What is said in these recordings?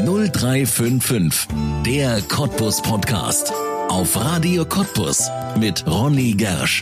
0355, der Cottbus Podcast. Auf Radio Cottbus mit Ronny Gersch.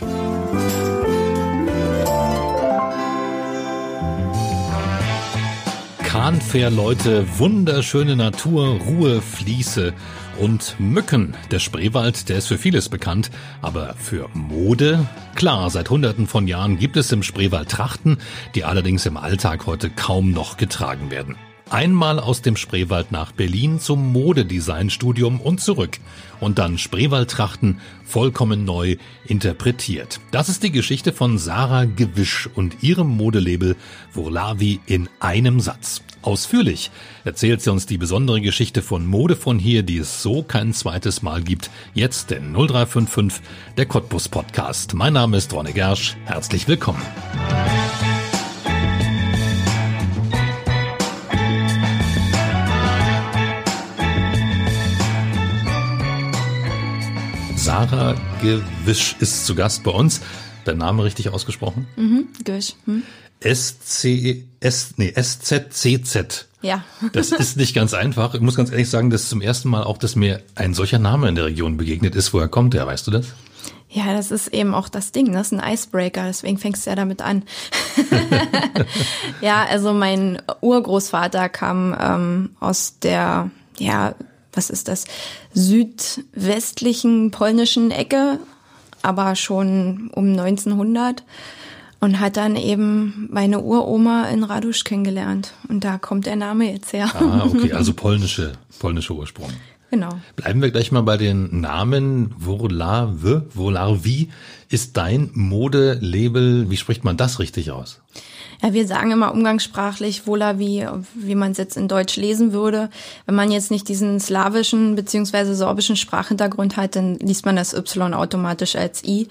Kahnfährleute, wunderschöne Natur, Ruhe, Fließe und Mücken. Der Spreewald, der ist für vieles bekannt, aber für Mode? Klar, seit Hunderten von Jahren gibt es im Spreewald Trachten, die allerdings im Alltag heute kaum noch getragen werden. Einmal aus dem Spreewald nach Berlin zum Modedesignstudium und zurück. Und dann Spreewaldtrachten vollkommen neu interpretiert. Das ist die Geschichte von Sarah Gewisch und ihrem Modelabel Wolawi in einem Satz. Ausführlich erzählt sie uns die besondere Geschichte von Mode von hier, die es so kein zweites Mal gibt. Jetzt in 0355, der Cottbus Podcast. Mein Name ist Ronny Gersch. Herzlich willkommen. Sarah Gewisch ist zu Gast bei uns. Der Name richtig ausgesprochen? Gewisch. SZCZ. Ja. Das ist nicht ganz einfach. Ich muss ganz ehrlich sagen, das ist zum ersten Mal auch, dass mir ein solcher Name in der Region begegnet ist. Woher kommt der? Weißt du das? Ja, das ist eben auch das Ding. Das ist ein Icebreaker. Deswegen fängst du ja damit an. Ja, also mein Urgroßvater kam aus der, was ist das, südwestlichen polnischen Ecke, aber schon um 1900 und hat dann eben meine Uroma in Radusch kennengelernt. Und da kommt der Name jetzt her. Ah, okay, also polnische Ursprung. Genau. Bleiben wir gleich mal bei den Namen. Wolawi ist dein Modelabel. Wie spricht man das richtig aus? Ja, wir sagen immer umgangssprachlich Wolawi, wie man es jetzt in Deutsch lesen würde. Wenn man jetzt nicht diesen slawischen bzw. sorbischen Sprachhintergrund hat, dann liest man das Y automatisch als I.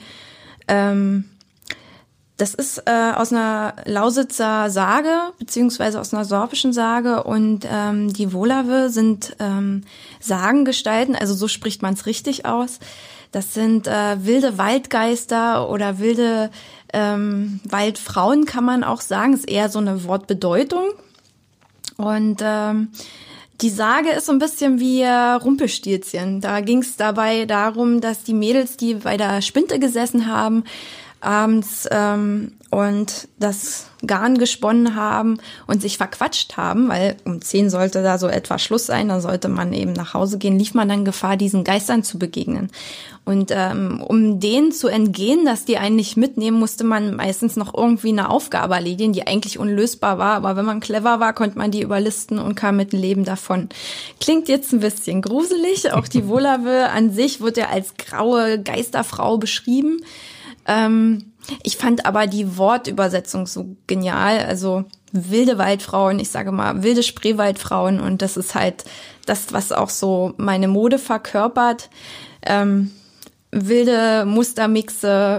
Das ist aus einer Lausitzer Sage beziehungsweise aus einer sorbischen Sage und die Wolawe sind Sagengestalten, also so spricht man es richtig aus. Das sind wilde Waldgeister oder wilde Waldfrauen, kann man auch sagen. Ist eher so eine Wortbedeutung. Und die Sage ist so ein bisschen wie Rumpelstilzchen. Da ging es dabei darum, dass die Mädels, die bei der Spinte gesessen haben, abends und das Garn gesponnen haben und sich verquatscht haben, weil um 10 sollte da so etwa Schluss sein, dann sollte man eben nach Hause gehen, lief man dann Gefahr, diesen Geistern zu begegnen. Und um denen zu entgehen, dass die einen nicht mitnehmen, musste man meistens noch irgendwie eine Aufgabe erledigen, die eigentlich unlösbar war, aber wenn man clever war, konnte man die überlisten und kam mit dem Leben davon. Klingt jetzt ein bisschen gruselig, auch die Wolawe an sich wird ja als graue Geisterfrau beschrieben. Ich fand aber die Wortübersetzung so genial, also wilde Waldfrauen, ich sage mal wilde Spreewaldfrauen und das ist halt das, was auch so meine Mode verkörpert. Wilde Mustermixe,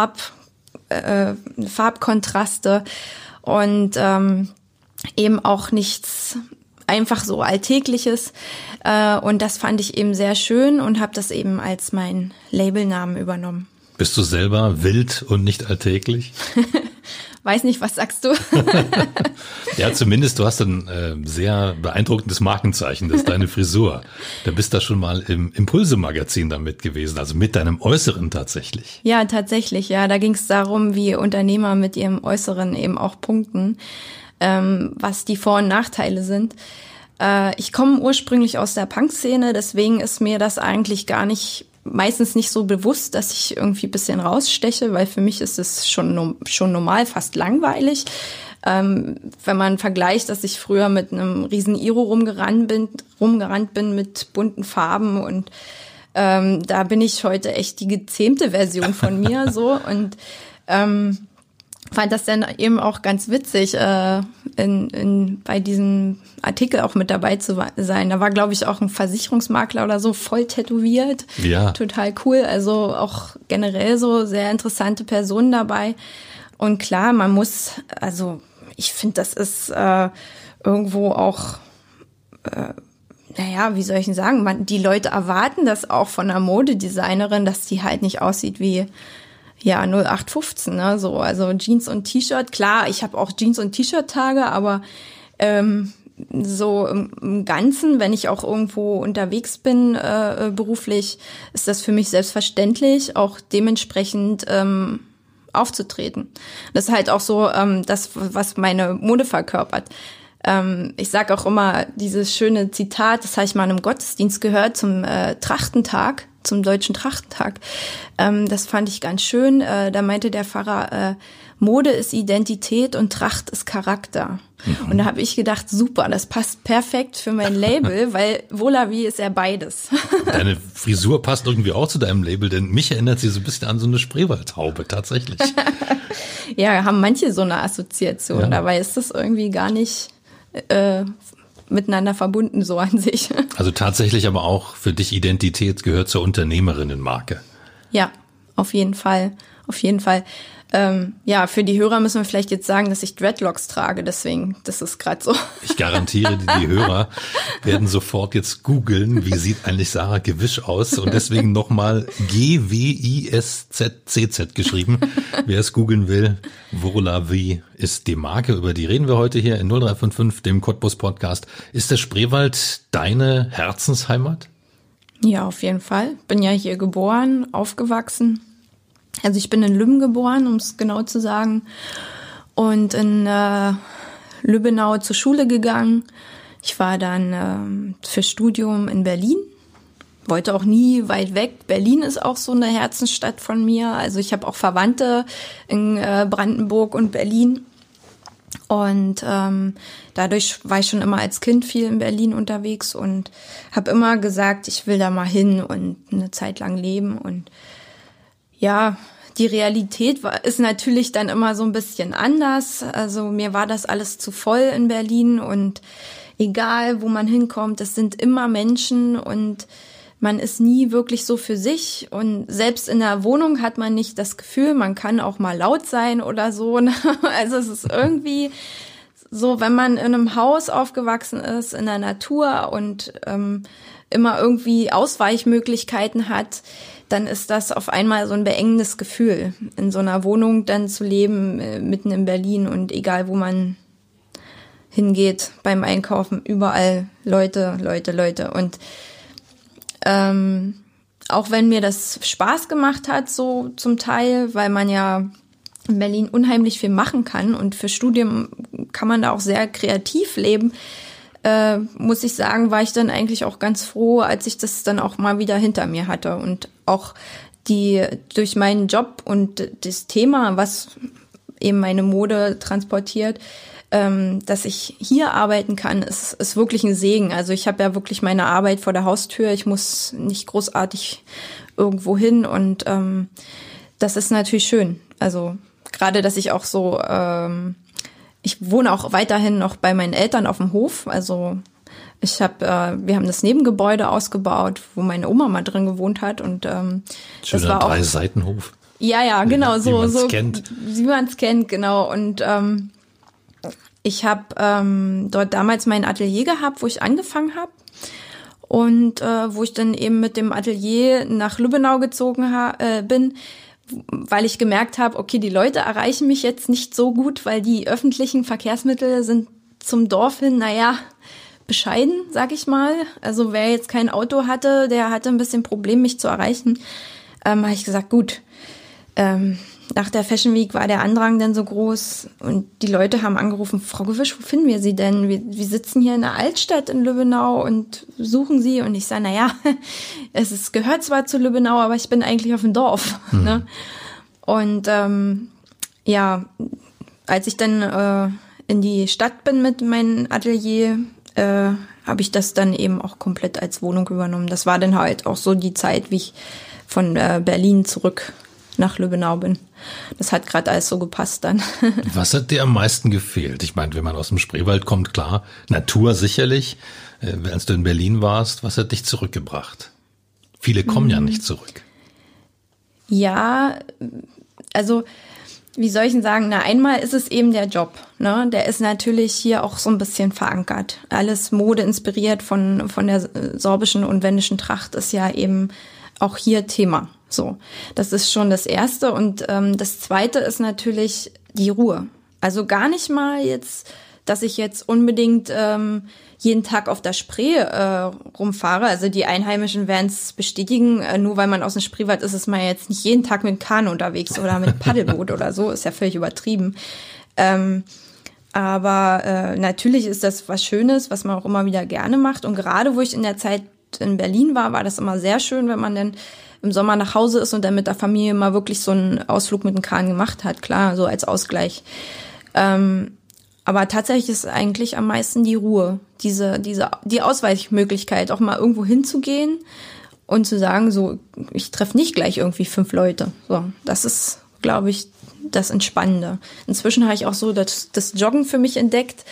Farbkontraste und eben auch nichts einfach so Alltägliches und das fand ich eben sehr schön und habe das eben als meinen Labelnamen übernommen. Bist du selber wild und nicht alltäglich? Weiß nicht, was sagst du? Ja, zumindest du hast ein sehr beeindruckendes Markenzeichen, das ist deine Frisur. Du bist da schon mal im Impulse-Magazin damit gewesen, also mit deinem Äußeren tatsächlich. Ja, tatsächlich, ja. Da ging es darum, wie Unternehmer mit ihrem Äußeren eben auch punkten, was die Vor- und Nachteile sind. Ich komme ursprünglich aus der Punk-Szene, deswegen ist mir das eigentlich meistens nicht so bewusst, dass ich irgendwie ein bisschen raussteche, weil für mich ist es schon normal, fast langweilig. Wenn man vergleicht, dass ich früher mit einem riesen Iro rumgerannt bin mit bunten Farben und da bin ich heute echt die gezähmte Version von mir so und fand das dann eben auch ganz witzig, bei diesem Artikel auch mit dabei zu sein. Da war, glaube ich, auch ein Versicherungsmakler oder so voll tätowiert. Ja. Total cool. Also auch generell so sehr interessante Personen dabei. Und klar, ich finde, das ist irgendwo auch, wie soll ich denn sagen, die Leute erwarten das auch von einer Modedesignerin, dass die halt nicht aussieht wie 0815, ne, so, also Jeans und T-Shirt. Klar, ich habe auch Jeans und T-Shirt-Tage, aber so im Ganzen, wenn ich auch irgendwo unterwegs bin, beruflich, ist das für mich selbstverständlich, auch dementsprechend aufzutreten. Das ist halt auch so das, was meine Mode verkörpert. Ich sage auch immer dieses schöne Zitat, das habe ich mal in einem Gottesdienst gehört zum Trachtentag, zum Deutschen Trachtentag. Das fand ich ganz schön. Da meinte der Pfarrer, Mode ist Identität und Tracht ist Charakter. Mhm. Und da habe ich gedacht, super, das passt perfekt für mein Label, weil Volavi ist ja beides. Deine Frisur passt irgendwie auch zu deinem Label, denn mich erinnert sie so ein bisschen an so eine Spreewaldtaube, tatsächlich. Ja, haben manche so eine Assoziation, ja. Dabei ist das irgendwie gar nicht miteinander verbunden so an sich. Also tatsächlich aber auch für dich Identität gehört zur Unternehmerinnenmarke. Ja, auf jeden Fall, auf jeden Fall. Ja, für die Hörer müssen wir vielleicht jetzt sagen, dass ich Dreadlocks trage, deswegen, das ist gerade so. Ich garantiere, die Hörer werden sofort jetzt googeln, wie sieht eigentlich Sarah Gewisch aus, und deswegen nochmal GWISZCZ geschrieben. Wer es googeln will, Volavi ist die Marke, über die reden wir heute hier in 0355, dem Cottbus Podcast. Ist der Spreewald deine Herzensheimat? Ja, auf jeden Fall. Bin ja hier geboren, aufgewachsen. Also ich bin in Lübben geboren, um es genau zu sagen, und in Lübbenau zur Schule gegangen. Ich war dann für Studium in Berlin, wollte auch nie weit weg. Berlin ist auch so eine Herzensstadt von mir. Also ich habe auch Verwandte in Brandenburg und Berlin. Und dadurch war ich schon immer als Kind viel in Berlin unterwegs und habe immer gesagt, ich will da mal hin und eine Zeit lang leben. Und ja, die Realität ist natürlich dann immer so ein bisschen anders. Also mir war das alles zu voll in Berlin und egal, wo man hinkommt, es sind immer Menschen und man ist nie wirklich so für sich. Und selbst in der Wohnung hat man nicht das Gefühl, man kann auch mal laut sein oder so. Also es ist irgendwie so, wenn man in einem Haus aufgewachsen ist, in der Natur und immer irgendwie Ausweichmöglichkeiten hat, dann ist das auf einmal so ein beengendes Gefühl, in so einer Wohnung dann zu leben, mitten in Berlin und egal, wo man hingeht beim Einkaufen, überall Leute. Und auch wenn mir das Spaß gemacht hat, so zum Teil, weil man ja in Berlin unheimlich viel machen kann und für Studium kann man da auch sehr kreativ leben, muss ich sagen, war ich dann eigentlich auch ganz froh, als ich das dann auch mal wieder hinter mir hatte und auch durch meinen Job und das Thema, was eben meine Mode transportiert, dass ich hier arbeiten kann, ist wirklich ein Segen. Also ich habe ja wirklich meine Arbeit vor der Haustür, ich muss nicht großartig irgendwo hin und das ist natürlich schön. Also gerade, dass ich auch so ich wohne auch weiterhin noch bei meinen Eltern auf dem Hof. Also wir haben das Nebengebäude ausgebaut, wo meine Oma mal drin gewohnt hat. Und das war auch 3-Seitenhof. Ja, genau, wie man's kennt. Wie man es kennt, genau. Und ich habe dort damals mein Atelier gehabt, wo ich angefangen habe. Und wo ich dann eben mit dem Atelier nach Lübbenau gezogen bin, weil ich gemerkt habe, okay, die Leute erreichen mich jetzt nicht so gut, weil die öffentlichen Verkehrsmittel sind zum Dorf hin, bescheiden, sag ich mal. Also wer jetzt kein Auto hatte, der hatte ein bisschen Problem, mich zu erreichen. Habe ich gesagt, gut, nach der Fashion Week war der Andrang dann so groß und die Leute haben angerufen, Frau Gewisch, wo finden wir Sie denn? Wir sitzen hier in der Altstadt in Lübbenau und suchen Sie. Und ich sage, es gehört zwar zu Lübbenau, aber ich bin eigentlich auf dem Dorf. Mhm. Ne? Und als ich dann in die Stadt bin mit meinem Atelier, habe ich das dann eben auch komplett als Wohnung übernommen. Das war dann halt auch so die Zeit, wie ich von Berlin zurück nach Lübbenau bin. Das hat gerade alles so gepasst dann. Was hat dir am meisten gefehlt? Ich meine, wenn man aus dem Spreewald kommt, klar, Natur sicherlich. Als du in Berlin warst, was hat dich zurückgebracht? Viele kommen ja nicht zurück. Ja, also wie soll ich denn sagen? Einmal ist es eben der Job, ne? Der ist natürlich hier auch so ein bisschen verankert. Alles Mode inspiriert von der sorbischen und wendischen Tracht ist ja eben auch hier Thema. So, das ist schon das Erste. Und das Zweite ist natürlich die Ruhe. Also gar nicht mal jetzt dass ich jetzt unbedingt jeden Tag auf der Spree rumfahre. Also die Einheimischen werden es bestätigen, nur weil man aus dem Spreewald ist man jetzt nicht jeden Tag mit dem Kanu unterwegs oder mit Paddelboot oder so, ist ja völlig übertrieben. Aber natürlich ist das was Schönes, was man auch immer wieder gerne macht. Und gerade wo ich in der Zeit in Berlin war das immer sehr schön, wenn man dann im Sommer nach Hause ist und dann mit der Familie mal wirklich so einen Ausflug mit dem Kahn gemacht hat. Klar, so als Ausgleich. Aber tatsächlich ist eigentlich am meisten die Ruhe, die Ausweichmöglichkeit, auch mal irgendwo hinzugehen und zu sagen, so, ich treffe nicht gleich irgendwie 5 Leute. So, das ist, glaube ich, das Entspannende. Inzwischen habe ich auch so das Joggen für mich entdeckt.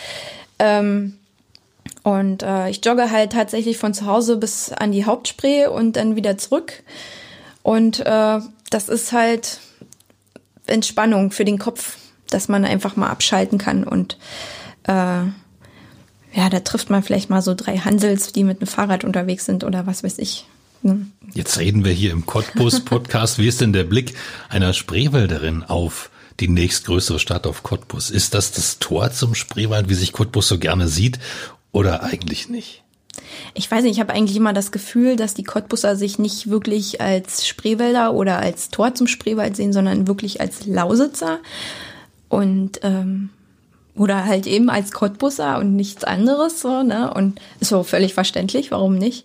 Und ich jogge halt tatsächlich von zu Hause bis an die Hauptspree und dann wieder zurück. Und das ist halt Entspannung für den Kopf, dass man einfach mal abschalten kann. Und da trifft man vielleicht mal so 3 Hansels, die mit dem Fahrrad unterwegs sind oder was weiß ich. Jetzt reden wir hier im Cottbus-Podcast. Wie ist denn der Blick einer Spreewälderin auf die nächstgrößere Stadt, auf Cottbus? Ist das Tor zum Spreewald, wie sich Cottbus so gerne sieht, oder eigentlich nicht? Ich weiß nicht, ich habe eigentlich immer das Gefühl, dass die Cottbusser sich nicht wirklich als Spreewälder oder als Tor zum Spreewald sehen, sondern wirklich als Lausitzer und oder halt eben als Cottbusser und nichts anderes, so, ne? Und ist so völlig verständlich, warum nicht?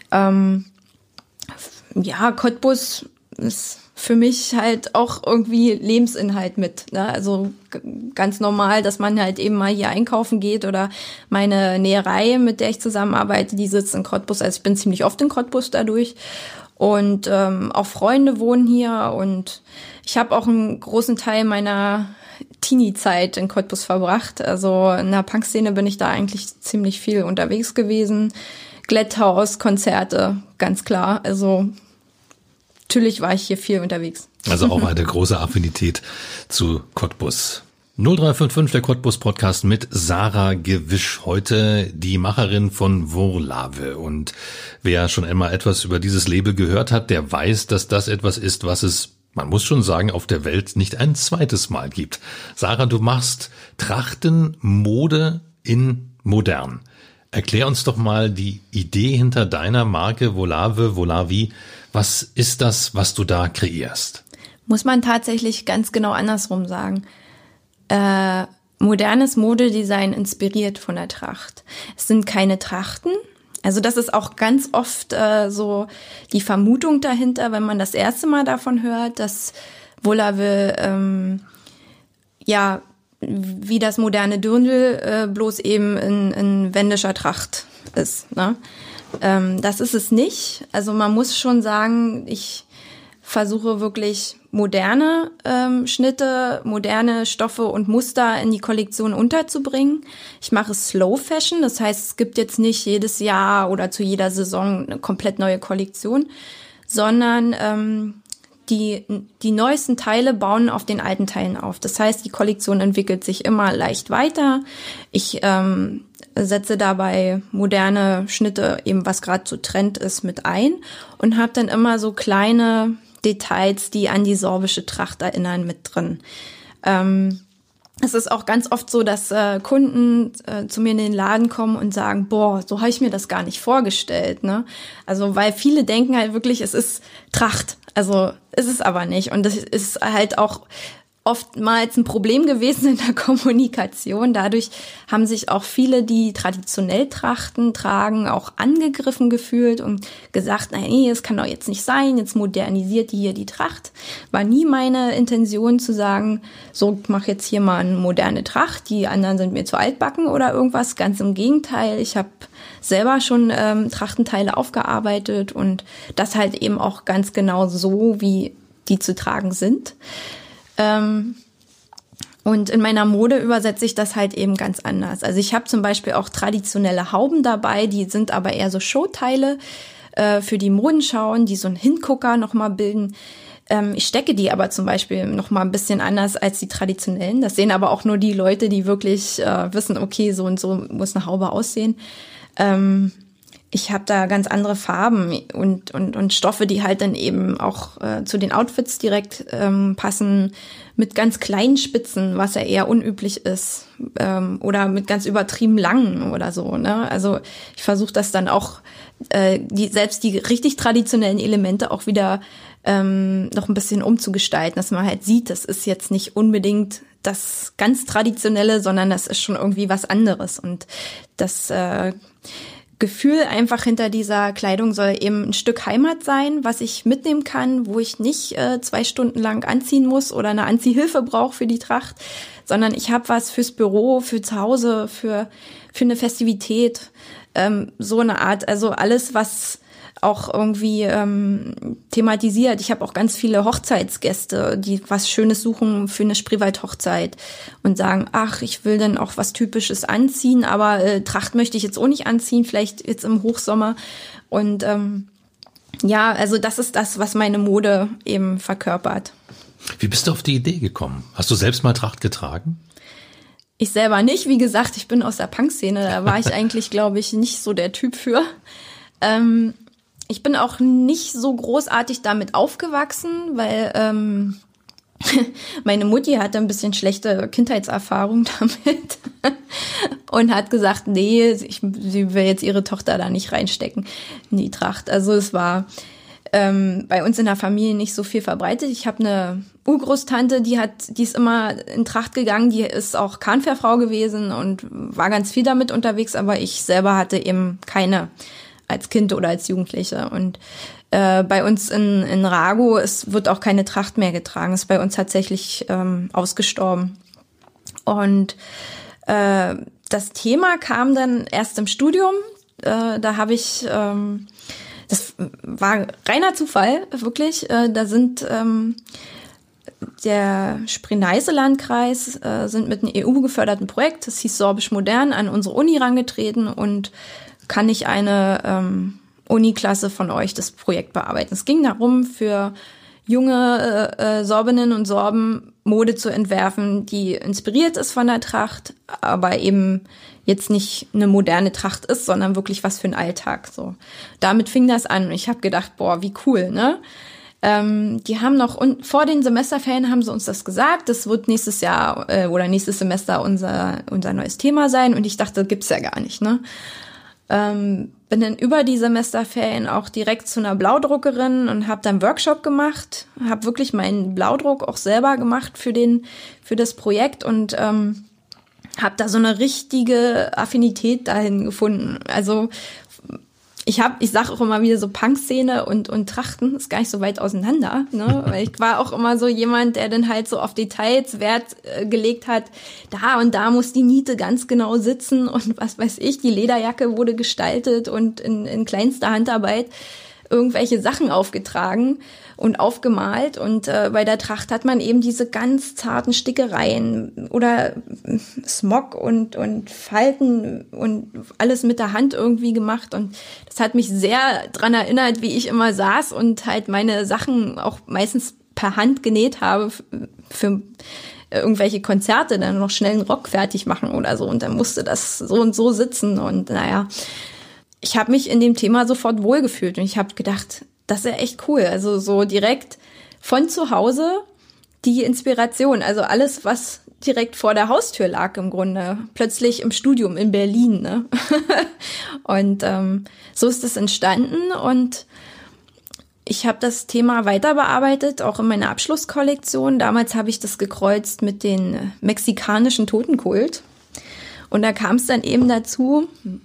Cottbus ist für mich halt auch irgendwie Lebensinhalt mit, ne? Also ganz normal, dass man halt eben mal hier einkaufen geht oder meine Näherei, mit der ich zusammenarbeite, die sitzt in Cottbus. Also ich bin ziemlich oft in Cottbus dadurch und auch Freunde wohnen hier und ich habe auch einen großen Teil meiner Teenie-Zeit in Cottbus verbracht. Also in der Punkszene bin ich da eigentlich ziemlich viel unterwegs gewesen. Glätthaus, Konzerte, ganz klar. Also natürlich war ich hier viel unterwegs. Also auch eine große Affinität zu Cottbus. 0355, der Cottbus-Podcast mit Sarah Gewisch. Heute die Macherin von Wurlave. Und wer schon einmal etwas über dieses Label gehört hat, der weiß, dass das etwas ist, was es, man muss schon sagen, auf der Welt nicht ein zweites Mal gibt. Sarah, du machst Trachtenmode in modern. Erklär uns doch mal die Idee hinter deiner Marke Wurlave, Wurlavi. Was ist das, was du da kreierst? Muss man tatsächlich ganz genau andersrum sagen. Modernes Modedesign inspiriert von der Tracht. Es sind keine Trachten. Also das ist auch ganz oft so die Vermutung dahinter, wenn man das erste Mal davon hört, dass Wurlave wie das moderne Dirndl bloß eben in wendischer Tracht ist. Ne? Das ist es nicht. Also man muss schon sagen, ich versuche wirklich moderne Schnitte, moderne Stoffe und Muster in die Kollektion unterzubringen. Ich mache Slow Fashion, das heißt, es gibt jetzt nicht jedes Jahr oder zu jeder Saison eine komplett neue Kollektion, sondern die neuesten Teile bauen auf den alten Teilen auf. Das heißt, die Kollektion entwickelt sich immer leicht weiter. Ich setze dabei moderne Schnitte, eben was gerade so Trend ist, mit ein und habe dann immer so kleine Details, die an die sorbische Tracht erinnern, mit drin. Es ist auch ganz oft so, dass Kunden zu mir in den Laden kommen und sagen, boah, so habe ich mir das gar nicht vorgestellt, ne? Also, weil viele denken halt wirklich, es ist Tracht. Also, ist es aber nicht. Und das ist halt auch oftmals ein Problem gewesen in der Kommunikation. Dadurch haben sich auch viele, die traditionell Trachten tragen, auch angegriffen gefühlt und gesagt, nee, es kann doch jetzt nicht sein, jetzt modernisiert die hier die Tracht. War nie meine Intention zu sagen, so, ich mache jetzt hier mal eine moderne Tracht, die anderen sind mir zu altbacken oder irgendwas. Ganz im Gegenteil, ich habe selber schon Trachtenteile aufgearbeitet und das halt eben auch ganz genau so, wie die zu tragen sind. Und in meiner Mode übersetze ich das halt eben ganz anders. Also ich habe zum Beispiel auch traditionelle Hauben dabei, die sind aber eher so Showteile für die Modenschauen, die so einen Hingucker nochmal bilden. Ich stecke die aber zum Beispiel nochmal ein bisschen anders als die traditionellen. Das sehen aber auch nur die Leute, die wirklich wissen, okay, so und so muss eine Haube aussehen. ich habe da ganz andere Farben und Stoffe, die halt dann eben auch zu den Outfits direkt passen, mit ganz kleinen Spitzen, was ja eher unüblich ist, oder mit ganz übertrieben langen oder so, ne? Also ich versuche das dann auch, selbst die richtig traditionellen Elemente auch wieder noch ein bisschen umzugestalten, dass man halt sieht, das ist jetzt nicht unbedingt das ganz Traditionelle, sondern das ist schon irgendwie was anderes. Und das Gefühl einfach hinter dieser Kleidung soll eben ein Stück Heimat sein, was ich mitnehmen kann, wo ich nicht 2 Stunden lang anziehen muss oder eine Anziehhilfe brauche für die Tracht, sondern ich habe was fürs Büro, für zu Hause, für eine Festivität, so eine Art, also alles, was auch irgendwie thematisiert. Ich habe auch ganz viele Hochzeitsgäste, die was Schönes suchen für eine Spreewald-Hochzeit und sagen, ach, ich will dann auch was Typisches anziehen, aber Tracht möchte ich jetzt auch nicht anziehen, vielleicht jetzt im Hochsommer. Und ja, also das ist das, was meine Mode eben verkörpert. Wie bist du auf die Idee gekommen? Hast du selbst mal Tracht getragen? Ich selber nicht. Wie gesagt, ich bin aus der Punk-Szene, da war ich eigentlich, glaube ich, nicht so der Typ für. Ich bin auch nicht so großartig damit aufgewachsen, weil meine Mutti hatte ein bisschen schlechte Kindheitserfahrung damit und hat gesagt, nee, sie will jetzt ihre Tochter da nicht reinstecken in die Tracht. Also es war bei uns in der Familie nicht so viel verbreitet. Ich habe eine Urgroßtante, die ist immer in Tracht gegangen, die ist auch Kahnfährfrau gewesen und war ganz viel damit unterwegs, aber ich selber hatte eben keine als Kind oder als Jugendliche. Und bei uns in Rago, es wird auch keine Tracht mehr getragen. Ist bei uns tatsächlich ausgestorben. Und das Thema kam dann erst im Studium. Da habe ich, das war reiner Zufall, wirklich. Da sind der Spree-Neiße-Landkreis sind mit einem EU-geförderten Projekt, das hieß Sorbisch Modern, an unsere Uni rangetreten und kann ich eine Uni-Klasse von euch das Projekt bearbeiten. Es ging darum, für junge Sorbinnen und Sorben Mode zu entwerfen, die inspiriert ist von der Tracht, aber eben jetzt nicht eine moderne Tracht ist, sondern wirklich was für den Alltag. So, damit fing das an. Und ich habe gedacht, boah, wie cool, ne? Die haben noch, und vor den Semesterferien haben sie uns das gesagt, das wird nächstes Jahr oder nächstes Semester unser neues Thema sein. Und ich dachte, gibt's ja gar nicht, ne? Bin dann über die Semesterferien auch direkt zu einer Blaudruckerin und habe dann Workshop gemacht, habe wirklich meinen Blaudruck auch selber gemacht für das Projekt und habe da so eine richtige Affinität dahin gefunden. Also ich sag auch immer wieder so Punk-Szene und Trachten ist gar nicht so weit auseinander, ne? Weil ich war auch immer so jemand, der dann halt so auf Details Wert gelegt hat. Da und da muss die Niete ganz genau sitzen und was weiß ich, die Lederjacke wurde gestaltet und in kleinster Handarbeit irgendwelche Sachen aufgetragen und aufgemalt. Und bei der Tracht hat man eben diese ganz zarten Stickereien oder Smog und Falten und alles mit der Hand irgendwie gemacht. Und das hat mich sehr dran erinnert, wie ich immer saß und halt meine Sachen auch meistens per Hand genäht habe für irgendwelche Konzerte, dann noch schnell einen Rock fertig machen oder so. Und dann musste das so und so sitzen. Und naja, ich habe mich in dem Thema sofort wohlgefühlt und ich habe gedacht, das ist ja echt cool. Also so direkt von zu Hause die Inspiration, also alles, was direkt vor der Haustür lag im Grunde, plötzlich im Studium in Berlin, ne? Und so ist es entstanden und ich habe das Thema weiter bearbeitet, auch in meiner Abschlusskollektion. Damals habe ich das gekreuzt mit den mexikanischen Totenkult und da kam es dann eben dazu,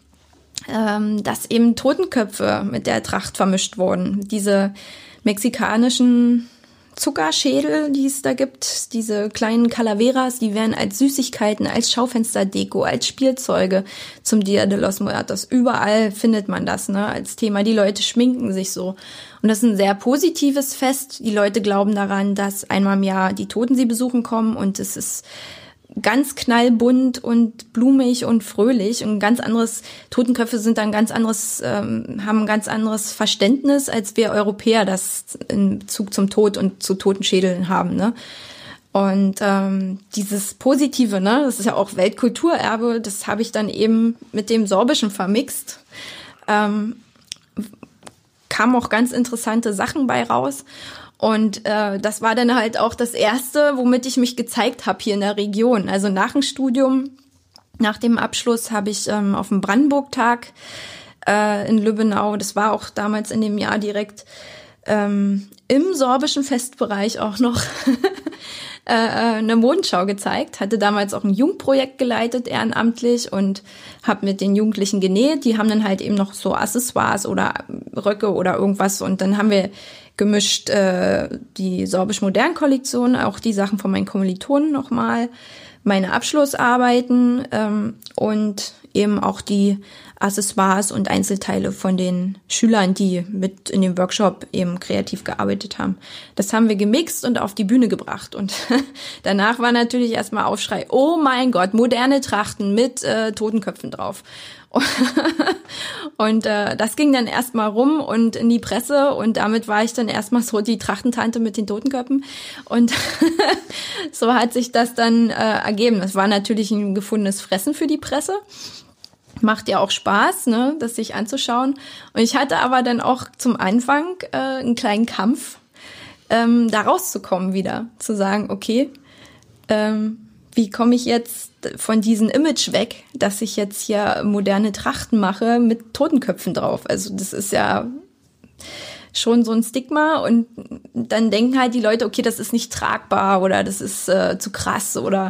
dass eben Totenköpfe mit der Tracht vermischt wurden. Diese mexikanischen Zuckerschädel, die es da gibt, diese kleinen Calaveras, die werden als Süßigkeiten, als Schaufensterdeko, als Spielzeuge zum Dia de los Muertos. Überall findet man das, ne, als Thema. Die Leute schminken sich so. Und das ist ein sehr positives Fest. Die Leute glauben daran, dass einmal im Jahr die Toten sie besuchen kommen und es ist ganz knallbunt und blumig und fröhlich und ganz anderes, Totenköpfe sind dann ganz anderes, haben ein ganz anderes Verständnis, als wir Europäer das in Bezug zum Tod und zu Totenschädeln haben, ne? Und dieses Positive, ne, das ist ja auch Weltkulturerbe, das habe ich dann eben mit dem Sorbischen vermixt. kamen auch ganz interessante Sachen bei raus. Und das war dann halt auch das Erste, womit ich mich gezeigt habe hier in der Region. Also nach dem Studium, nach dem Abschluss habe ich auf dem Brandenburg-Tag in Lübbenau, das war auch damals in dem Jahr direkt im sorbischen Festbereich auch noch eine Modenschau gezeigt. Hatte damals auch ein Jugendprojekt geleitet, ehrenamtlich, und habe mit den Jugendlichen genäht. Die haben dann halt eben noch so Accessoires oder Röcke oder irgendwas. Und dann haben wir gemischt die sorbisch-modern-Kollektion, auch die Sachen von meinen Kommilitonen nochmal, meine Abschlussarbeiten und eben auch die Accessoires und Einzelteile von den Schülern, die mit in dem Workshop eben kreativ gearbeitet haben. Das haben wir gemixt und auf die Bühne gebracht. Und danach war natürlich erstmal Aufschrei, oh mein Gott, moderne Trachten mit Totenköpfen drauf. Und das ging dann erstmal rum und in die Presse, und damit war ich dann erstmal so die Trachtentante mit den Totenköpfen, und so hat sich das dann ergeben. Das war natürlich ein gefundenes Fressen für die Presse. Macht ja auch Spaß, ne, das sich anzuschauen. Und ich hatte aber dann auch zum Anfang einen kleinen Kampf, da rauszukommen wieder, zu sagen, okay, wie komme ich jetzt von diesem Image weg, dass ich jetzt hier moderne Trachten mache mit Totenköpfen drauf. Also das ist ja schon so ein Stigma, und dann denken halt die Leute, okay, das ist nicht tragbar oder das ist zu krass oder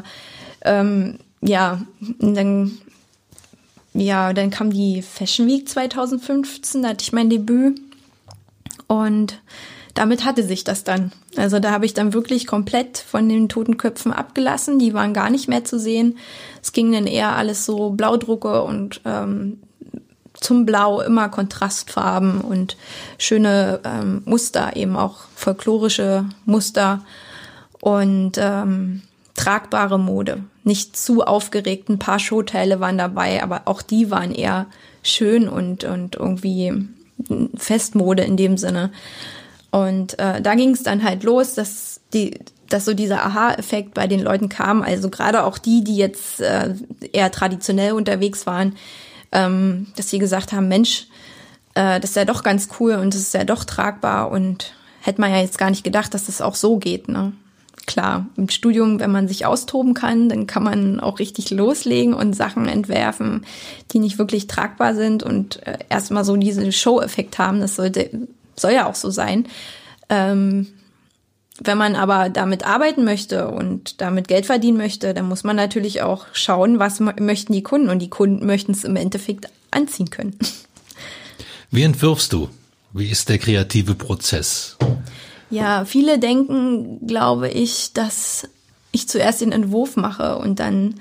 dann kam die Fashion Week 2015, da hatte ich mein Debüt, und damit hatte sich das dann. Also da habe ich dann wirklich komplett von den Totenköpfen abgelassen, die waren gar nicht mehr zu sehen. Es ging dann eher alles so Blaudrucke und zum Blau immer Kontrastfarben und schöne Muster, eben auch folklorische Muster und tragbare Mode. Nicht zu aufgeregt, ein paar Showteile waren dabei, aber auch die waren eher schön und irgendwie Festmode in dem Sinne. Und da ging es dann halt los, dass so dieser Aha-Effekt bei den Leuten kam. Also gerade auch die jetzt eher traditionell unterwegs waren, dass sie gesagt haben, Mensch, das ist ja doch ganz cool und das ist ja doch tragbar, und hätte man ja jetzt gar nicht gedacht, dass das auch so geht, ne? Klar, im Studium, wenn man sich austoben kann, dann kann man auch richtig loslegen und Sachen entwerfen, die nicht wirklich tragbar sind und erstmal so diesen Show-Effekt haben. Das soll ja auch so sein. Wenn man aber damit arbeiten möchte und damit Geld verdienen möchte, dann muss man natürlich auch schauen, was möchten die Kunden, und die Kunden möchten es im Endeffekt anziehen können. Wie entwirfst du? Wie ist der kreative Prozess? Ja, viele denken, glaube ich, dass ich zuerst den Entwurf mache und dann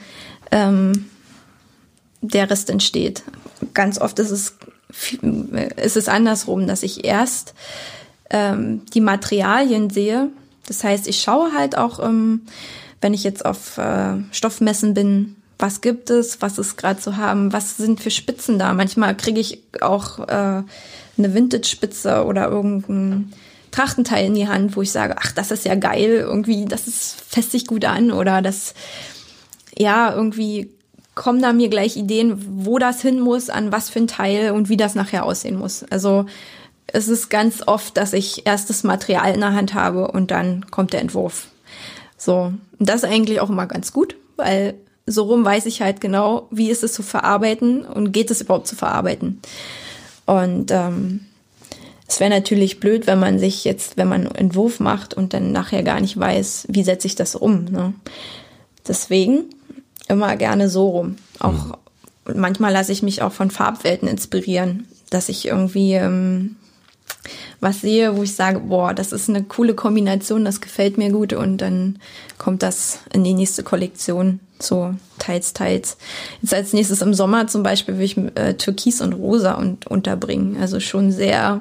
der Rest entsteht. Ganz oft ist es andersrum, dass ich erst die Materialien sehe. Das heißt, ich schaue halt auch, wenn ich jetzt auf Stoffmessen bin, was gibt es, was ist gerade zu haben, was sind für Spitzen da. Manchmal kriege ich auch eine Vintage-Spitze oder irgendein Trachtenteil in die Hand, wo ich sage, ach, das ist ja geil, irgendwie, fässt sich gut an, oder das, ja, irgendwie kommen da mir gleich Ideen, wo das hin muss, an was für ein Teil und wie das nachher aussehen muss. Also es ist ganz oft, dass ich erst das Material in der Hand habe und dann kommt der Entwurf. So, und das ist eigentlich auch immer ganz gut, weil so rum weiß ich halt genau, wie ist es zu verarbeiten und geht es überhaupt zu verarbeiten. Und es wäre natürlich blöd, wenn man einen Entwurf macht und dann nachher gar nicht weiß, wie setze ich das um, ne? Deswegen immer gerne so rum. Auch manchmal lasse ich mich auch von Farbwelten inspirieren, dass ich irgendwie was sehe, wo ich sage, boah, das ist eine coole Kombination, das gefällt mir gut, und dann kommt das in die nächste Kollektion, so teils. Jetzt als nächstes im Sommer zum Beispiel will ich Türkis und Rosa unterbringen, also schon sehr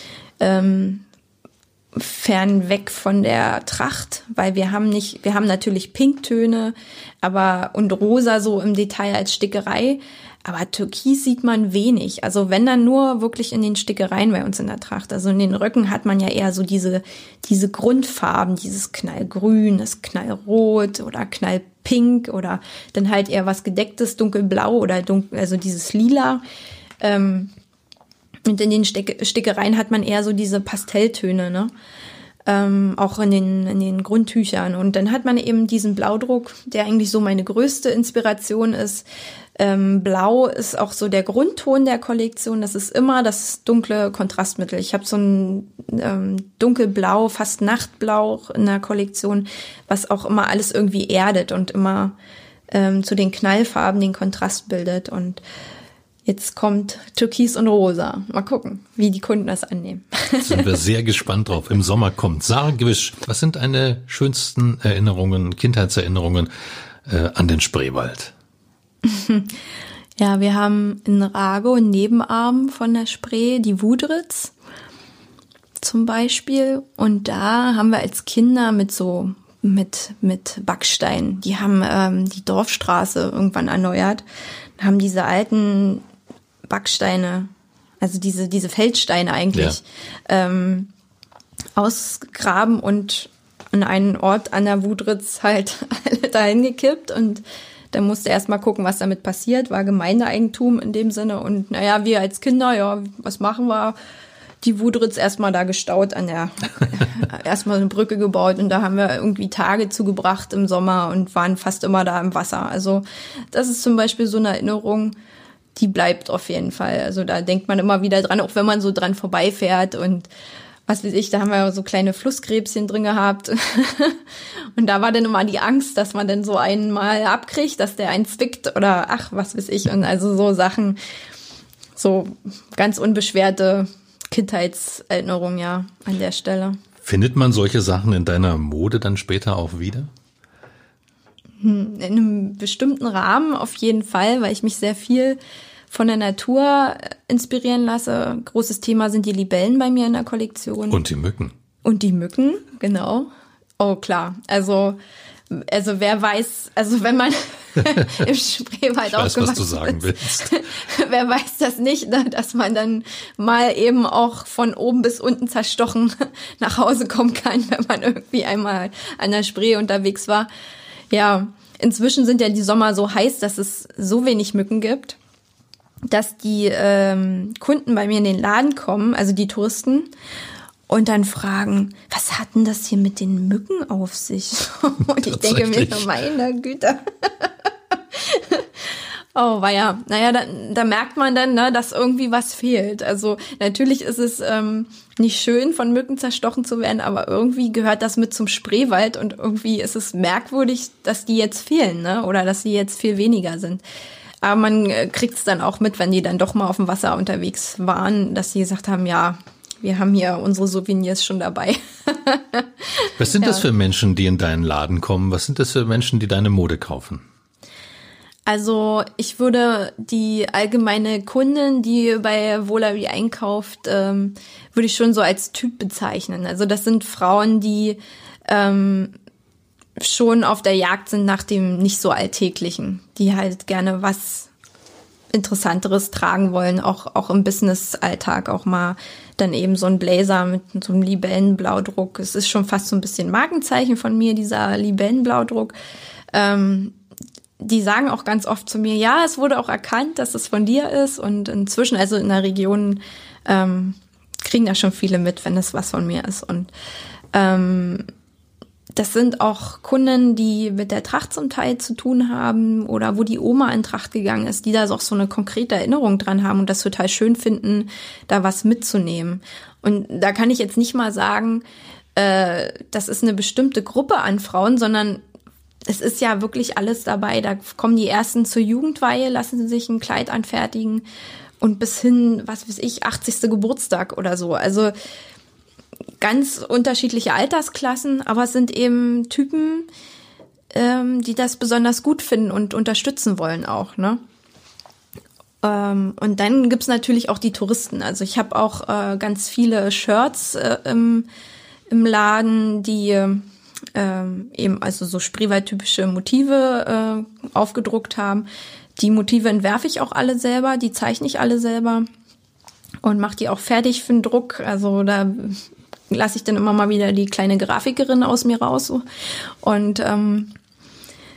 fern weg von der Tracht, weil wir haben natürlich Pinktöne, und Rosa so im Detail als Stickerei, aber Türkis sieht man wenig. Also wenn dann nur wirklich in den Stickereien bei uns in der Tracht. Also in den Röcken hat man ja eher so diese Grundfarben, dieses Knallgrün, das Knallrot oder Knallpink oder dann halt eher was Gedecktes, dunkelblau oder also dieses Lila. Und in den Stickereien hat man eher so diese Pastelltöne, ne? Auch in den Grundtüchern. Und dann hat man eben diesen Blaudruck, der eigentlich so meine größte Inspiration ist. Blau ist auch so der Grundton der Kollektion. Das ist immer das dunkle Kontrastmittel. Ich habe so ein dunkelblau, fast Nachtblau in der Kollektion, was auch immer alles irgendwie erdet und immer zu den Knallfarben den Kontrast bildet. Und jetzt kommt Türkis und Rosa. Mal gucken, wie die Kunden das annehmen. Sind wir sehr gespannt drauf. Im Sommer kommt. Sarah Gwisch, was sind deine schönsten Erinnerungen, Kindheitserinnerungen an den Spreewald? Ja, wir haben in Rago einen Nebenarm von der Spree, die Wudritz zum Beispiel. Und da haben wir als Kinder mit Backstein, die haben die Dorfstraße irgendwann erneuert, haben diese alten Backsteine, also diese Feldsteine eigentlich, ausgegraben und an einen Ort an der Wudritz halt alle dahin gekippt. Und dann musste erst mal gucken, was damit passiert, war Gemeindeeigentum in dem Sinne. Und naja, wir als Kinder, ja, was machen wir? Die Wudritz erstmal da gestaut erstmal eine Brücke gebaut, und da haben wir irgendwie Tage zugebracht im Sommer und waren fast immer da im Wasser. Also das ist zum Beispiel so eine Erinnerung, die bleibt auf jeden Fall. Also da denkt man immer wieder dran, auch wenn man so dran vorbeifährt, und was weiß ich, da haben wir so kleine Flusskrebschen drin gehabt. Und da war dann immer die Angst, dass man dann so einen mal abkriegt, dass der einen zwickt oder ach, was weiß ich. Und also so Sachen, so ganz unbeschwerte Kindheitserinnerungen, ja, an der Stelle. Findet man solche Sachen in deiner Mode dann später auch wieder? In einem bestimmten Rahmen auf jeden Fall, weil ich mich sehr viel von der Natur inspirieren lasse. Großes Thema sind die Libellen bei mir in der Kollektion. Und die Mücken. Und die Mücken, genau. Oh, klar. Also wer weiß, also wenn man im Spreewald aufgewachsen ist. Was du sagen willst. Wer weiß das nicht, ne? Dass man dann mal eben auch von oben bis unten zerstochen nach Hause kommen kann, wenn man irgendwie einmal an der Spree unterwegs war. Ja, inzwischen sind ja die Sommer so heiß, dass es so wenig Mücken gibt, dass die Kunden bei mir in den Laden kommen, also die Touristen, und dann fragen, was hat denn das hier mit den Mücken auf sich? Und ich denke mir, meine Güte. Oh, weia. Naja, da merkt man dann, ne, dass irgendwie was fehlt. Also natürlich ist es nicht schön, von Mücken zerstochen zu werden, aber irgendwie gehört das mit zum Spreewald, und irgendwie ist es merkwürdig, dass die jetzt fehlen, ne, oder dass sie jetzt viel weniger sind. Aber man kriegt es dann auch mit, wenn die dann doch mal auf dem Wasser unterwegs waren, dass sie gesagt haben, ja, wir haben hier unsere Souvenirs schon dabei. Was sind das für Menschen, die in deinen Laden kommen? Was sind das für Menschen, die deine Mode kaufen? Also ich würde die allgemeine Kundin, die bei Volavi einkauft, würde ich schon so als Typ bezeichnen. Also das sind Frauen, die schon auf der Jagd sind nach dem nicht so Alltäglichen, die halt gerne was Interessanteres tragen wollen, auch im Business-Alltag, auch mal dann eben so ein Blazer mit so einem Libellenblaudruck. Es ist schon fast so ein bisschen Markenzeichen von mir, dieser Libellenblaudruck. Die sagen auch ganz oft zu mir, ja, es wurde auch erkannt, dass es von dir ist, und inzwischen, also in der Region, kriegen da schon viele mit, wenn es was von mir ist. Und das sind auch Kunden, die mit der Tracht zum Teil zu tun haben oder wo die Oma in Tracht gegangen ist, die da auch so eine konkrete Erinnerung dran haben und das total schön finden, da was mitzunehmen. Und da kann ich jetzt nicht mal sagen, das ist eine bestimmte Gruppe an Frauen, sondern es ist ja wirklich alles dabei. Da kommen die ersten zur Jugendweihe, lassen sie sich ein Kleid anfertigen und bis hin, was weiß ich, 80. Geburtstag oder so. Also ganz unterschiedliche Altersklassen, aber es sind eben Typen, die das besonders gut finden und unterstützen wollen auch, ne? Und dann gibt's natürlich auch die Touristen. Also ich habe auch ganz viele Shirts im Laden, die eben also so Spreewald-typische Motive aufgedruckt haben. Die Motive entwerfe ich auch alle selber, die zeichne ich alle selber und mache die auch fertig für den Druck. Also da lasse ich dann immer mal wieder die kleine Grafikerin aus mir raus. Und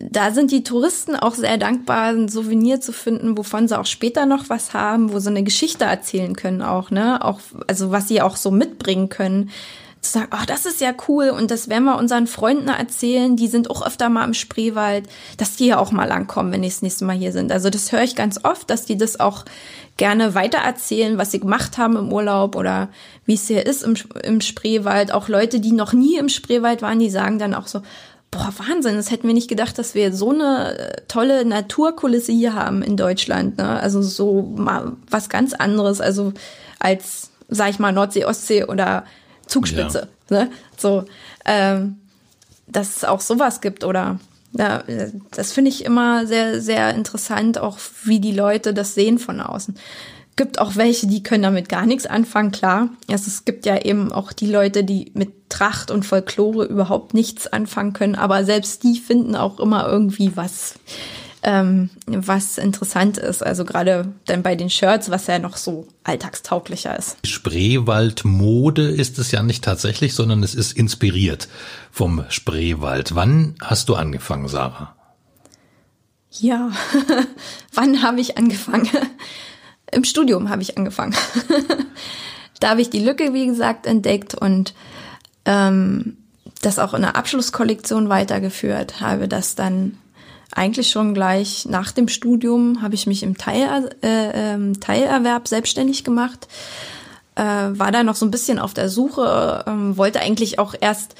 da sind die Touristen auch sehr dankbar, ein Souvenir zu finden, wovon sie auch später noch was haben, wo sie eine Geschichte erzählen können auch, ne? Auch, also was sie auch so mitbringen können. Zu sagen, oh, das ist ja cool und das werden wir unseren Freunden erzählen, die sind auch öfter mal im Spreewald, dass die ja auch mal langkommen, wenn die das nächste Mal hier sind. Also das höre ich ganz oft, dass die das auch gerne weitererzählen, was sie gemacht haben im Urlaub oder wie es hier ist im Spreewald. Auch Leute, die noch nie im Spreewald waren, die sagen dann auch so, boah, Wahnsinn, das hätten wir nicht gedacht, dass wir so eine tolle Naturkulisse hier haben in Deutschland, ne? Also so mal was ganz anderes, also als, sag ich mal, Nordsee, Ostsee oder Zugspitze, ne? So, dass es auch sowas gibt oder ja, das finde ich immer sehr, sehr interessant, auch wie die Leute das sehen von außen. Gibt auch welche, die können damit gar nichts anfangen, klar. Also es gibt ja eben auch die Leute, die mit Tracht und Folklore überhaupt nichts anfangen können, aber selbst die finden auch immer irgendwie was interessant ist. Also gerade dann bei den Shirts, was ja noch so alltagstauglicher ist. Spreewaldmode ist es ja nicht tatsächlich, sondern es ist inspiriert vom Spreewald. Wann hast du angefangen, Sarah? Ja, wann habe ich angefangen? Im Studium habe ich angefangen. Da habe ich die Lücke, wie gesagt, entdeckt und das auch in der Abschlusskollektion weitergeführt. Habe das dann eigentlich schon gleich nach dem Studium, habe ich mich im Teilerwerb selbstständig gemacht. War da noch so ein bisschen auf der Suche, wollte eigentlich auch erst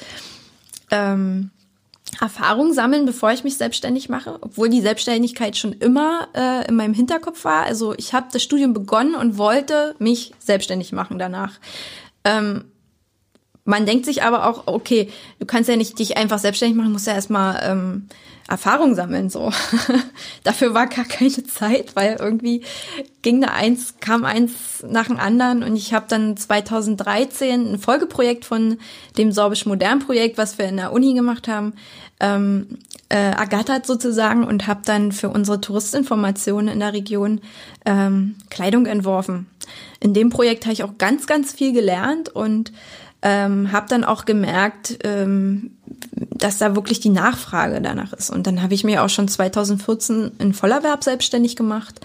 Erfahrung sammeln, bevor ich mich selbstständig mache, obwohl die Selbstständigkeit schon immer in meinem Hinterkopf war. Also ich habe das Studium begonnen und wollte mich selbstständig machen danach. Man denkt sich aber auch, okay, du kannst ja nicht dich einfach selbstständig machen, musst ja erstmal Erfahrung sammeln, so. Dafür war gar keine Zeit, weil irgendwie kam eins nach dem anderen und ich habe dann 2013 ein Folgeprojekt von dem Sorbisch-Modern-Projekt, was wir in der Uni gemacht haben, ergattert sozusagen und habe dann für unsere Touristinformationen in der Region Kleidung entworfen. In dem Projekt habe ich auch ganz, ganz viel gelernt und habe dann auch gemerkt, dass da wirklich die Nachfrage danach ist. Und dann habe ich mir auch schon 2014 in Vollerwerb selbstständig gemacht.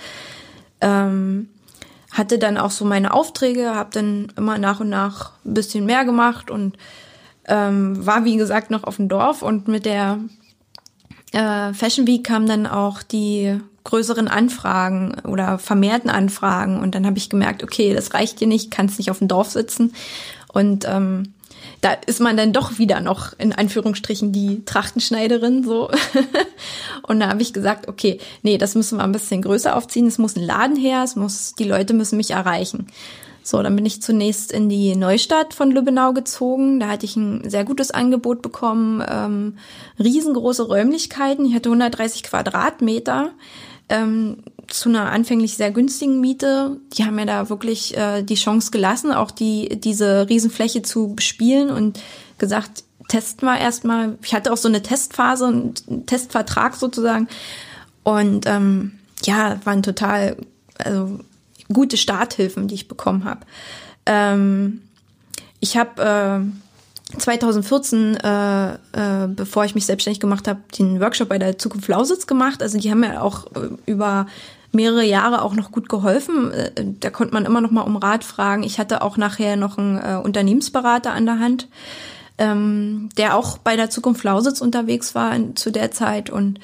Hatte dann auch so meine Aufträge, habe dann immer nach und nach ein bisschen mehr gemacht und war, wie gesagt, noch auf dem Dorf. Und mit der Fashion Week kamen dann auch die größeren Anfragen oder vermehrten Anfragen. Und dann habe ich gemerkt, okay, das reicht dir nicht, kannst nicht auf dem Dorf sitzen. Und da ist man dann doch wieder noch in Anführungsstrichen die Trachtenschneiderin so. Und da habe ich gesagt, okay, nee, das müssen wir ein bisschen größer aufziehen. Es muss ein Laden her, die Leute müssen mich erreichen. So, dann bin ich zunächst in die Neustadt von Lübbenau gezogen. Da hatte ich ein sehr gutes Angebot bekommen, riesengroße Räumlichkeiten. Ich hatte 130 Quadratmeter. Zu einer anfänglich sehr günstigen Miete. Die haben mir da wirklich die Chance gelassen, auch diese Riesenfläche zu bespielen und gesagt, testen wir erstmal. Ich hatte auch so eine Testphase, einen Testvertrag sozusagen. Und waren total gute Starthilfen, die ich bekommen habe. Ich habe 2014, bevor ich mich selbstständig gemacht habe, den Workshop bei der Zukunft Lausitz gemacht. Also die haben mir auch über mehrere Jahre auch noch gut geholfen. Da konnte man immer noch mal um Rat fragen. Ich hatte auch nachher noch einen Unternehmensberater an der Hand, der auch bei der Zukunft Lausitz unterwegs war zu der Zeit. Und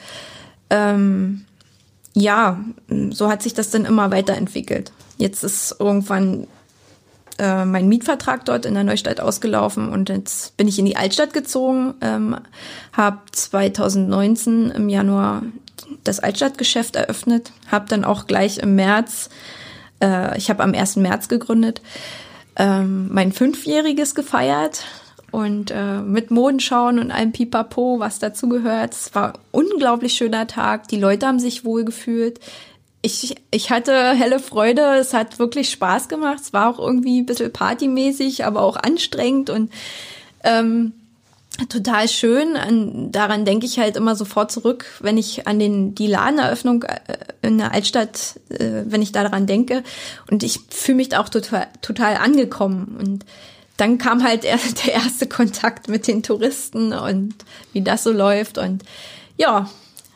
so hat sich das dann immer weiterentwickelt. Jetzt ist irgendwann mein Mietvertrag dort in der Neustadt ausgelaufen und jetzt bin ich in die Altstadt gezogen, habe 2019 im Januar das Altstadtgeschäft eröffnet, habe dann auch gleich im März, ich habe am 1. März gegründet, mein 5-jähriges gefeiert und mit Modenschauen und allem Pipapo, was dazu gehört. Es war ein unglaublich schöner Tag, die Leute haben sich wohl gefühlt. Ich hatte helle Freude, es hat wirklich Spaß gemacht, es war auch irgendwie ein bisschen partymäßig, aber auch anstrengend und total schön. Daran denke ich halt immer sofort zurück, wenn ich an die Ladeneröffnung in der Altstadt, wenn ich daran denke. Und ich fühle mich da auch total angekommen. Und dann kam halt der erste Kontakt mit den Touristen und wie das so läuft. Und ja,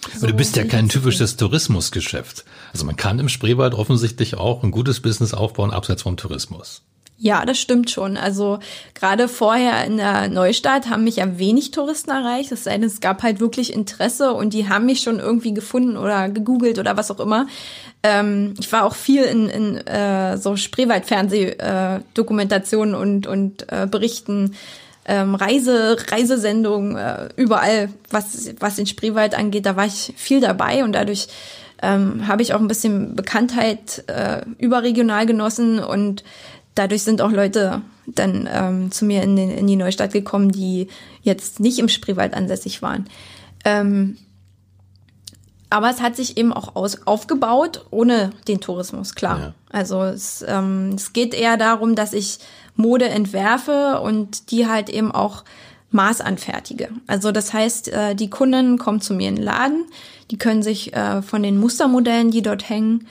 Aber du bist ja kein typisches Tourismusgeschäft. Also man kann im Spreewald offensichtlich auch ein gutes Business aufbauen, abseits vom Tourismus. Ja, das stimmt schon. Also gerade vorher in der Neustadt haben mich ja wenig Touristen erreicht. Es sei denn, es gab halt wirklich Interesse und die haben mich schon irgendwie gefunden oder gegoogelt oder was auch immer. Ich war auch viel in so Spreewald-Fernsehdokumentationen und Berichten, Reisesendungen, überall, was den Spreewald angeht. Da war ich viel dabei und dadurch habe ich auch ein bisschen Bekanntheit überregional genossen und dadurch sind auch Leute dann zu mir in die Neustadt gekommen, die jetzt nicht im Spreewald ansässig waren. Aber es hat sich eben auch aufgebaut ohne den Tourismus, klar. Ja. Also es geht eher darum, dass ich Mode entwerfe und die halt eben auch maßanfertige. Also das heißt, die Kunden kommen zu mir in den Laden, die können sich von den Mustermodellen, die dort hängen,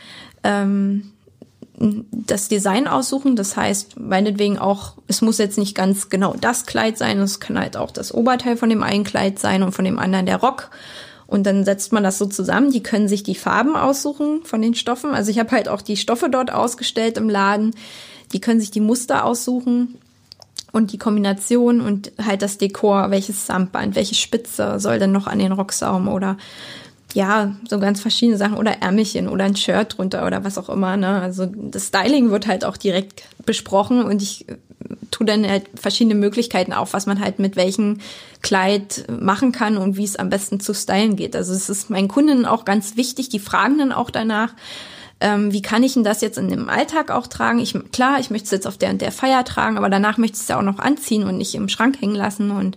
das Design aussuchen. Das heißt, meinetwegen auch, es muss jetzt nicht ganz genau das Kleid sein, es kann halt auch das Oberteil von dem einen Kleid sein und von dem anderen der Rock. Und dann setzt man das so zusammen. Die können sich die Farben aussuchen von den Stoffen. Also ich habe halt auch die Stoffe dort ausgestellt im Laden. Die können sich die Muster aussuchen und die Kombination und halt das Dekor, welches Samtband, welche Spitze soll denn noch an den Rocksaum oder ja, so ganz verschiedene Sachen oder Ärmelchen oder ein Shirt drunter oder was auch immer, ne? Also das Styling wird halt auch direkt besprochen und ich tue dann halt verschiedene Möglichkeiten auf, was man halt mit welchem Kleid machen kann und wie es am besten zu stylen geht. Also es ist meinen Kunden auch ganz wichtig, die fragen dann auch danach, wie kann ich denn das jetzt in dem Alltag auch tragen? Klar, ich möchte es jetzt auf der und der Feier tragen, aber danach möchte ich es ja auch noch anziehen und nicht im Schrank hängen lassen und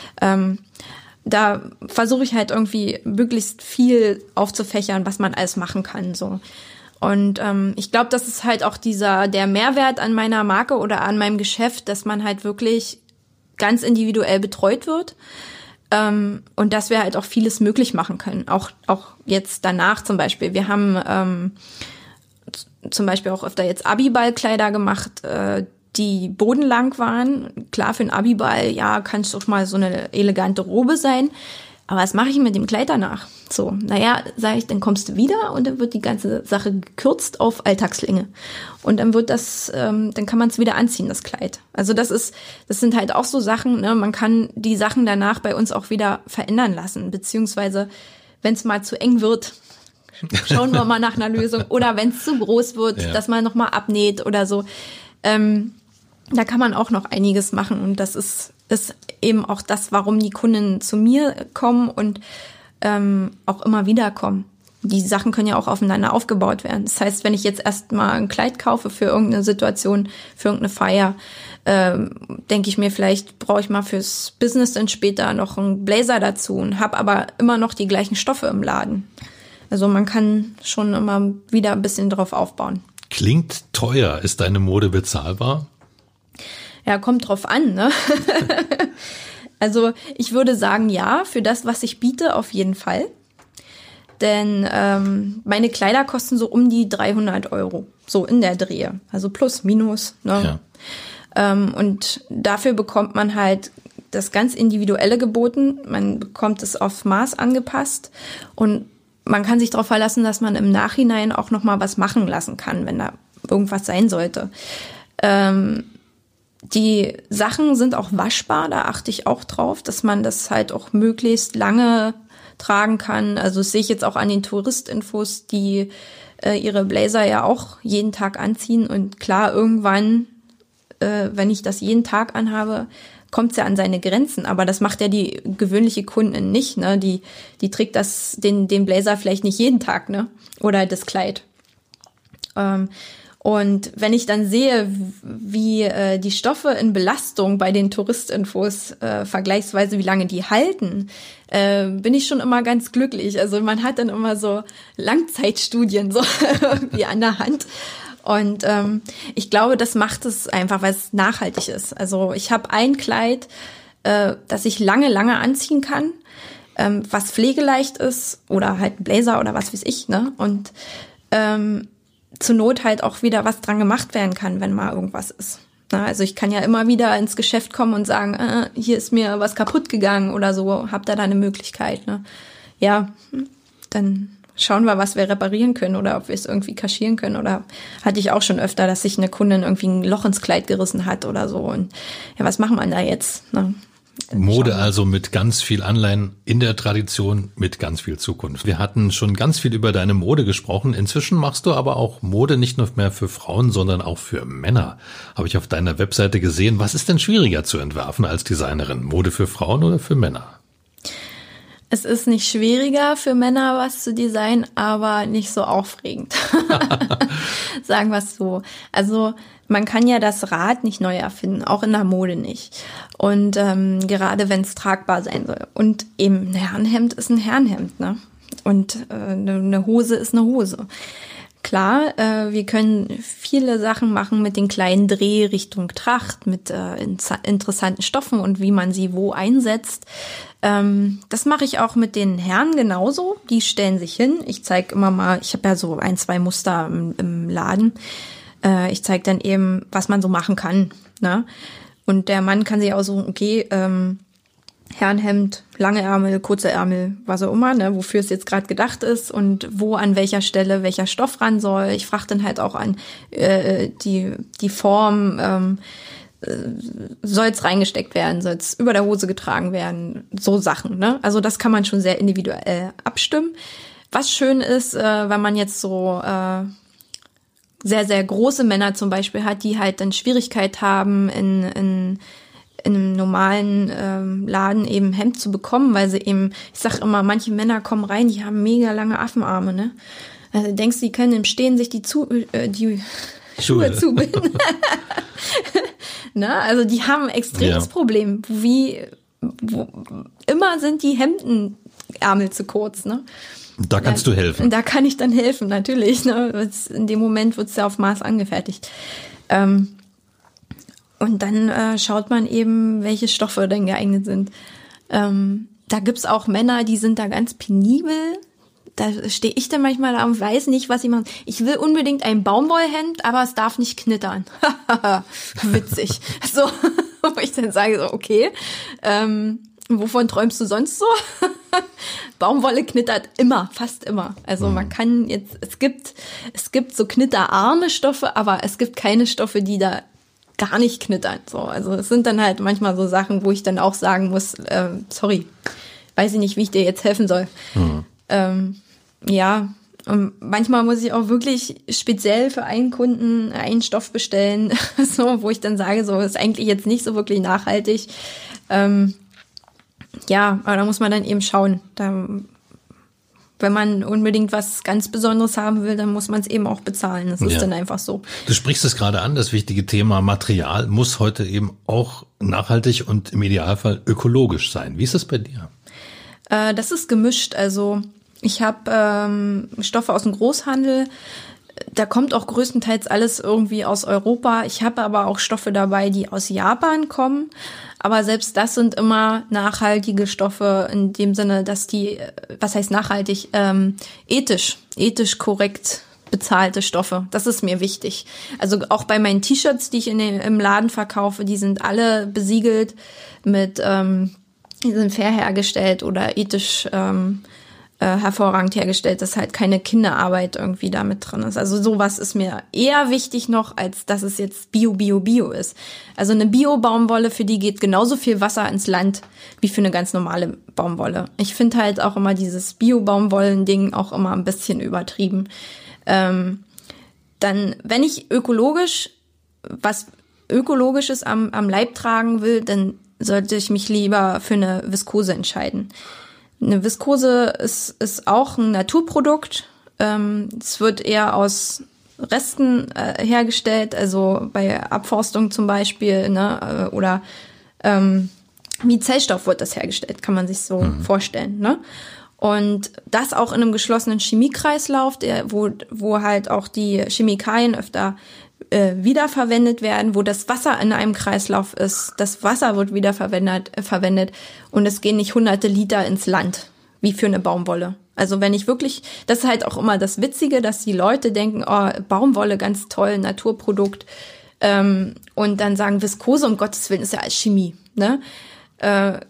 da versuche ich halt irgendwie möglichst viel aufzufächern, was man alles machen kann, so. Und ich glaube, das ist halt auch der Mehrwert an meiner Marke oder an meinem Geschäft, dass man halt wirklich ganz individuell betreut wird und dass wir halt auch vieles möglich machen können. Auch jetzt danach zum Beispiel. Wir haben zum Beispiel auch öfter jetzt Abiballkleider gemacht, die bodenlang waren. Klar, für einen Abiball, ja, kann es doch mal so eine elegante Robe sein. Aber was mache ich mit dem Kleid danach? So, naja, sage ich, dann kommst du wieder und dann wird die ganze Sache gekürzt auf Alltagslänge. Und dann wird dann kann man es wieder anziehen, das Kleid. Also das sind halt auch so Sachen, ne? Man kann die Sachen danach bei uns auch wieder verändern lassen. Beziehungsweise, wenn es mal zu eng wird, schauen wir mal nach einer Lösung. Oder wenn es zu groß wird, dass man nochmal abnäht oder so. Da kann man auch noch einiges machen und das ist eben auch das, warum die Kunden zu mir kommen und auch immer wieder kommen. Die Sachen können ja auch aufeinander aufgebaut werden. Das heißt, wenn ich jetzt erstmal ein Kleid kaufe für irgendeine Situation, für irgendeine Feier, denke ich mir, vielleicht brauche ich mal fürs Business dann später noch einen Blazer dazu und habe aber immer noch die gleichen Stoffe im Laden. Also man kann schon immer wieder ein bisschen drauf aufbauen. Klingt teuer. Ist deine Mode bezahlbar? Ja, kommt drauf an, ne? Also ich würde sagen, ja, für das, was ich biete, auf jeden Fall. Denn meine Kleider kosten so um die 300 €, so in der Drehe. Also plus, minus, ne? Ja. Und dafür bekommt man halt das ganz Individuelle geboten. Man bekommt es auf Maß angepasst und man kann sich darauf verlassen, dass man im Nachhinein auch noch mal was machen lassen kann, wenn da irgendwas sein sollte. Die Sachen sind auch waschbar, da achte ich auch drauf, dass man das halt auch möglichst lange tragen kann. Also das sehe ich jetzt auch an den Touristinfos, die ihre Blazer ja auch jeden Tag anziehen. Und klar, irgendwann, wenn ich das jeden Tag anhabe, kommt es ja an seine Grenzen. Aber das macht ja die gewöhnliche Kundin nicht, ne? Die trägt den Blazer vielleicht nicht jeden Tag, ne? Oder das Kleid. Und wenn ich dann sehe, wie die Stoffe in Belastung bei den Touristinfos vergleichsweise, wie lange die halten, bin ich schon immer ganz glücklich. Also man hat dann immer so Langzeitstudien so irgendwie an der Hand. Und ich glaube, das macht es einfach, weil es nachhaltig ist. Also ich habe ein Kleid, das ich lange, lange anziehen kann, was pflegeleicht ist oder halt ein Blazer oder was weiß ich, ne? Und zur Not halt auch wieder was dran gemacht werden kann, wenn mal irgendwas ist. Na, also ich kann ja immer wieder ins Geschäft kommen und sagen, hier ist mir was kaputt gegangen oder so, habt ihr da eine Möglichkeit, ne? Ja, dann schauen wir, was wir reparieren können oder ob wir es irgendwie kaschieren können. Oder hatte ich auch schon öfter, dass sich eine Kundin irgendwie ein Loch ins Kleid gerissen hat oder so. Und ja, was macht man da jetzt? Ne? Mode also mit ganz viel Anleihen in der Tradition, mit ganz viel Zukunft. Wir hatten schon ganz viel über deine Mode gesprochen. Inzwischen machst du aber auch Mode nicht nur mehr für Frauen, sondern auch für Männer. Habe ich auf deiner Webseite gesehen. Was ist denn schwieriger zu entwerfen als Designerin? Mode für Frauen oder für Männer? Es ist nicht schwieriger für Männer was zu designen, aber nicht so aufregend. Sagen wir es so. Also man kann ja das Rad nicht neu erfinden, auch in der Mode nicht. Und gerade wenn es tragbar sein soll. Und eben ein Herrenhemd ist ein Herrenhemd, ne? Und eine Hose ist eine Hose. Klar, wir können viele Sachen machen mit den kleinen Dreh Richtung Tracht, mit interessanten Stoffen und wie man sie wo einsetzt. Das mache ich auch mit den Herren genauso. Die stellen sich hin. Ich zeige immer mal, ich habe ja so 1-2 Muster im Laden. Ich zeige dann eben, was man so machen kann. Ne? Und der Mann kann sich aussuchen, okay, Herrenhemd, lange Ärmel, kurze Ärmel, was auch immer, ne, wofür es jetzt gerade gedacht ist und wo an welcher Stelle welcher Stoff ran soll. Ich frage dann halt auch an die Form, soll es reingesteckt werden, soll es über der Hose getragen werden, so Sachen. Ne? Also das kann man schon sehr individuell abstimmen. Was schön ist, wenn man jetzt so sehr, sehr große Männer zum Beispiel hat, die halt dann Schwierigkeit haben, in einem normalen Laden eben Hemd zu bekommen, weil sie eben, ich sag immer, manche Männer kommen rein, die haben mega lange Affenarme, ne? Also du denkst, die können im Stehen sich die Schuhe zubinden. Ne? Also die haben ein extremes Problem. Wo immer sind die Hemdenärmel zu kurz, ne? Da kannst du helfen. Da kann ich dann helfen, natürlich. Ne? In dem Moment wird es ja auf Maß angefertigt. Und dann schaut man eben, welche Stoffe denn geeignet sind. Da gibt's auch Männer, die sind da ganz penibel. Da stehe ich dann manchmal da und weiß nicht, was sie machen. Ich will unbedingt ein Baumwollhemd, aber es darf nicht knittern. Witzig. So, wo ich dann sage, so, okay, wovon träumst du sonst so? Baumwolle knittert immer, fast immer. Also man kann jetzt, es gibt so knitterarme Stoffe, aber es gibt keine Stoffe, die da gar nicht knittern. So, also es sind dann halt manchmal so Sachen, wo ich dann auch sagen muss, sorry, weiß ich nicht, wie ich dir jetzt helfen soll. Ja, und manchmal muss ich auch wirklich speziell für einen Kunden einen Stoff bestellen, so, wo ich dann sage, so ist eigentlich jetzt nicht so wirklich nachhaltig. Ja, aber da muss man dann eben schauen. Wenn man unbedingt was ganz Besonderes haben will, dann muss man es eben auch bezahlen. Das ist dann einfach so. Du sprichst es gerade an, das wichtige Thema Material muss heute eben auch nachhaltig und im Idealfall ökologisch sein. Wie ist das bei dir? Das ist gemischt. Also ich habe Stoffe aus dem Großhandel. Da kommt auch größtenteils alles irgendwie aus Europa. Ich habe aber auch Stoffe dabei, die aus Japan kommen. Aber selbst das sind immer nachhaltige Stoffe in dem Sinne, dass die, was heißt nachhaltig, ethisch korrekt bezahlte Stoffe. Das ist mir wichtig. Also auch bei meinen T-Shirts, die ich im Laden verkaufe, die sind alle besiegelt mit, die sind fair hergestellt oder ethisch hervorragend hergestellt, dass halt keine Kinderarbeit irgendwie da mit drin ist. Also sowas ist mir eher wichtig noch, als dass es jetzt Bio ist. Also eine Bio-Baumwolle, für die geht genauso viel Wasser ins Land wie für eine ganz normale Baumwolle. Ich finde halt auch immer dieses Bio-Baumwollen-Ding auch immer ein bisschen übertrieben. Dann, wenn ich was Ökologisches am Leib tragen will, dann sollte ich mich lieber für eine Viskose entscheiden. Eine Viskose ist auch ein Naturprodukt. Es wird eher aus Resten hergestellt, also bei Abforstung zum Beispiel, ne, oder wie Zellstoff wird das hergestellt, kann man sich so vorstellen, ne? Und das auch in einem geschlossenen Chemiekreislauf, wo halt auch die Chemikalien öfter wiederverwendet werden, wo das Wasser in einem Kreislauf ist. Das Wasser wird wiederverwendet und es gehen nicht hunderte Liter ins Land, wie für eine Baumwolle. Also wenn ich wirklich, das ist halt auch immer das Witzige, dass die Leute denken, oh, Baumwolle, ganz toll, Naturprodukt, und dann sagen, Viskose, um Gottes Willen, ist ja alles Chemie, ne?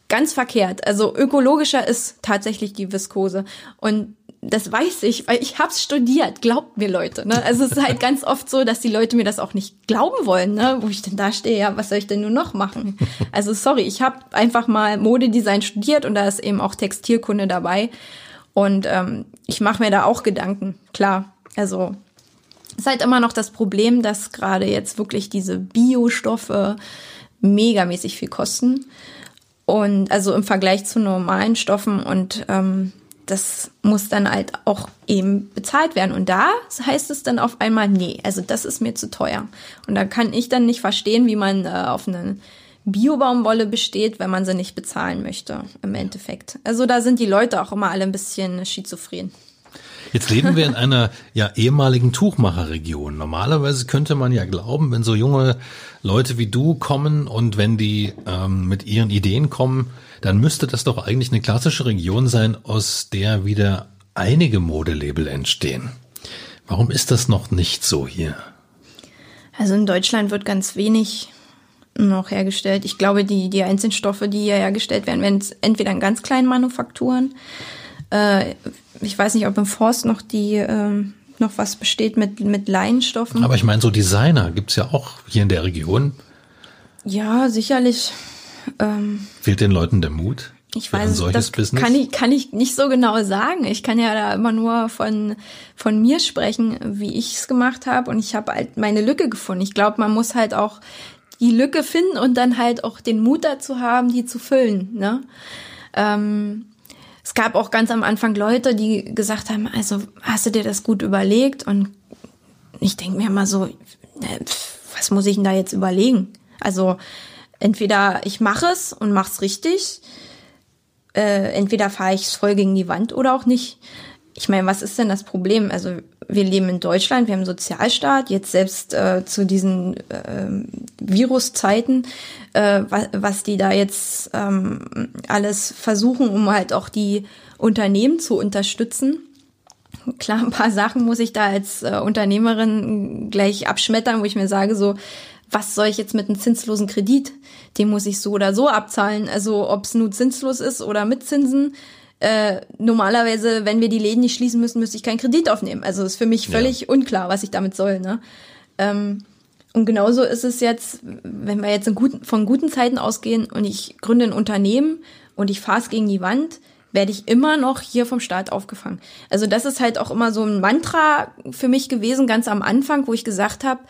ganz verkehrt. Also ökologischer ist tatsächlich die Viskose. Und das weiß ich, weil ich hab's studiert. Glaubt mir, Leute. Ne? Also es ist halt ganz oft so, dass die Leute mir das auch nicht glauben wollen, ne? Wo ich denn da stehe, ja, was soll ich denn nur noch machen? Also sorry, ich habe einfach mal Modedesign studiert und da ist eben auch Textilkunde dabei. Und ich mache mir da auch Gedanken, klar. Also es ist halt immer noch das Problem, dass gerade jetzt wirklich diese Biostoffe megamäßig viel kosten. Und also im Vergleich zu normalen Stoffen und das muss dann halt auch eben bezahlt werden. Und da heißt es dann auf einmal, nee, also das ist mir zu teuer. Und da kann ich dann nicht verstehen, wie man auf eine Bio-Baumwolle besteht, wenn man sie nicht bezahlen möchte, im Endeffekt. Also da sind die Leute auch immer alle ein bisschen schizophren. Jetzt leben wir in einer ehemaligen Tuchmacherregion. Normalerweise könnte man ja glauben, wenn so junge Leute wie du kommen und wenn die mit ihren Ideen kommen, dann müsste das doch eigentlich eine klassische Region sein, aus der wieder einige Modelabel entstehen. Warum ist das noch nicht so hier? Also in Deutschland wird ganz wenig noch hergestellt. Ich glaube, die einzelnen Stoffe, die hier hergestellt werden, werden entweder in ganz kleinen Manufakturen. Ich weiß nicht, ob im Forst noch noch was besteht mit Leinstoffen. Aber ich meine, so Designer gibt's ja auch hier in der Region. Ja, sicherlich. Fehlt den Leuten der Mut? Ich weiß, das kann ich nicht so genau sagen. Ich kann ja da immer nur von mir sprechen, wie ich es gemacht habe. Und ich habe halt meine Lücke gefunden. Ich glaube, man muss halt auch die Lücke finden und dann halt auch den Mut dazu haben, die zu füllen. Ne? Es gab auch ganz am Anfang Leute, die gesagt haben, also hast du dir das gut überlegt? Und ich denke mir immer so, was muss ich denn da jetzt überlegen? Also entweder ich mache es und mache es richtig, entweder fahre ich es voll gegen die Wand oder auch nicht. Ich meine, was ist denn das Problem? Also wir leben in Deutschland, wir haben einen Sozialstaat, jetzt selbst zu diesen Viruszeiten, was die da jetzt alles versuchen, um halt auch die Unternehmen zu unterstützen. Klar, ein paar Sachen muss ich da als Unternehmerin gleich abschmettern, wo ich mir sage, so, was soll ich jetzt mit einem zinslosen Kredit? Den muss ich so oder so abzahlen. Also ob es nur zinslos ist oder mit Zinsen. Normalerweise, wenn wir die Läden nicht schließen müssen, müsste ich keinen Kredit aufnehmen. Also ist für mich völlig unklar, was ich damit soll. Ne? Und genauso ist es jetzt, wenn wir jetzt von guten Zeiten ausgehen und ich gründe ein Unternehmen und ich fahre es gegen die Wand, werde ich immer noch hier vom Staat aufgefangen. Also das ist halt auch immer so ein Mantra für mich gewesen, ganz am Anfang, wo ich gesagt habe,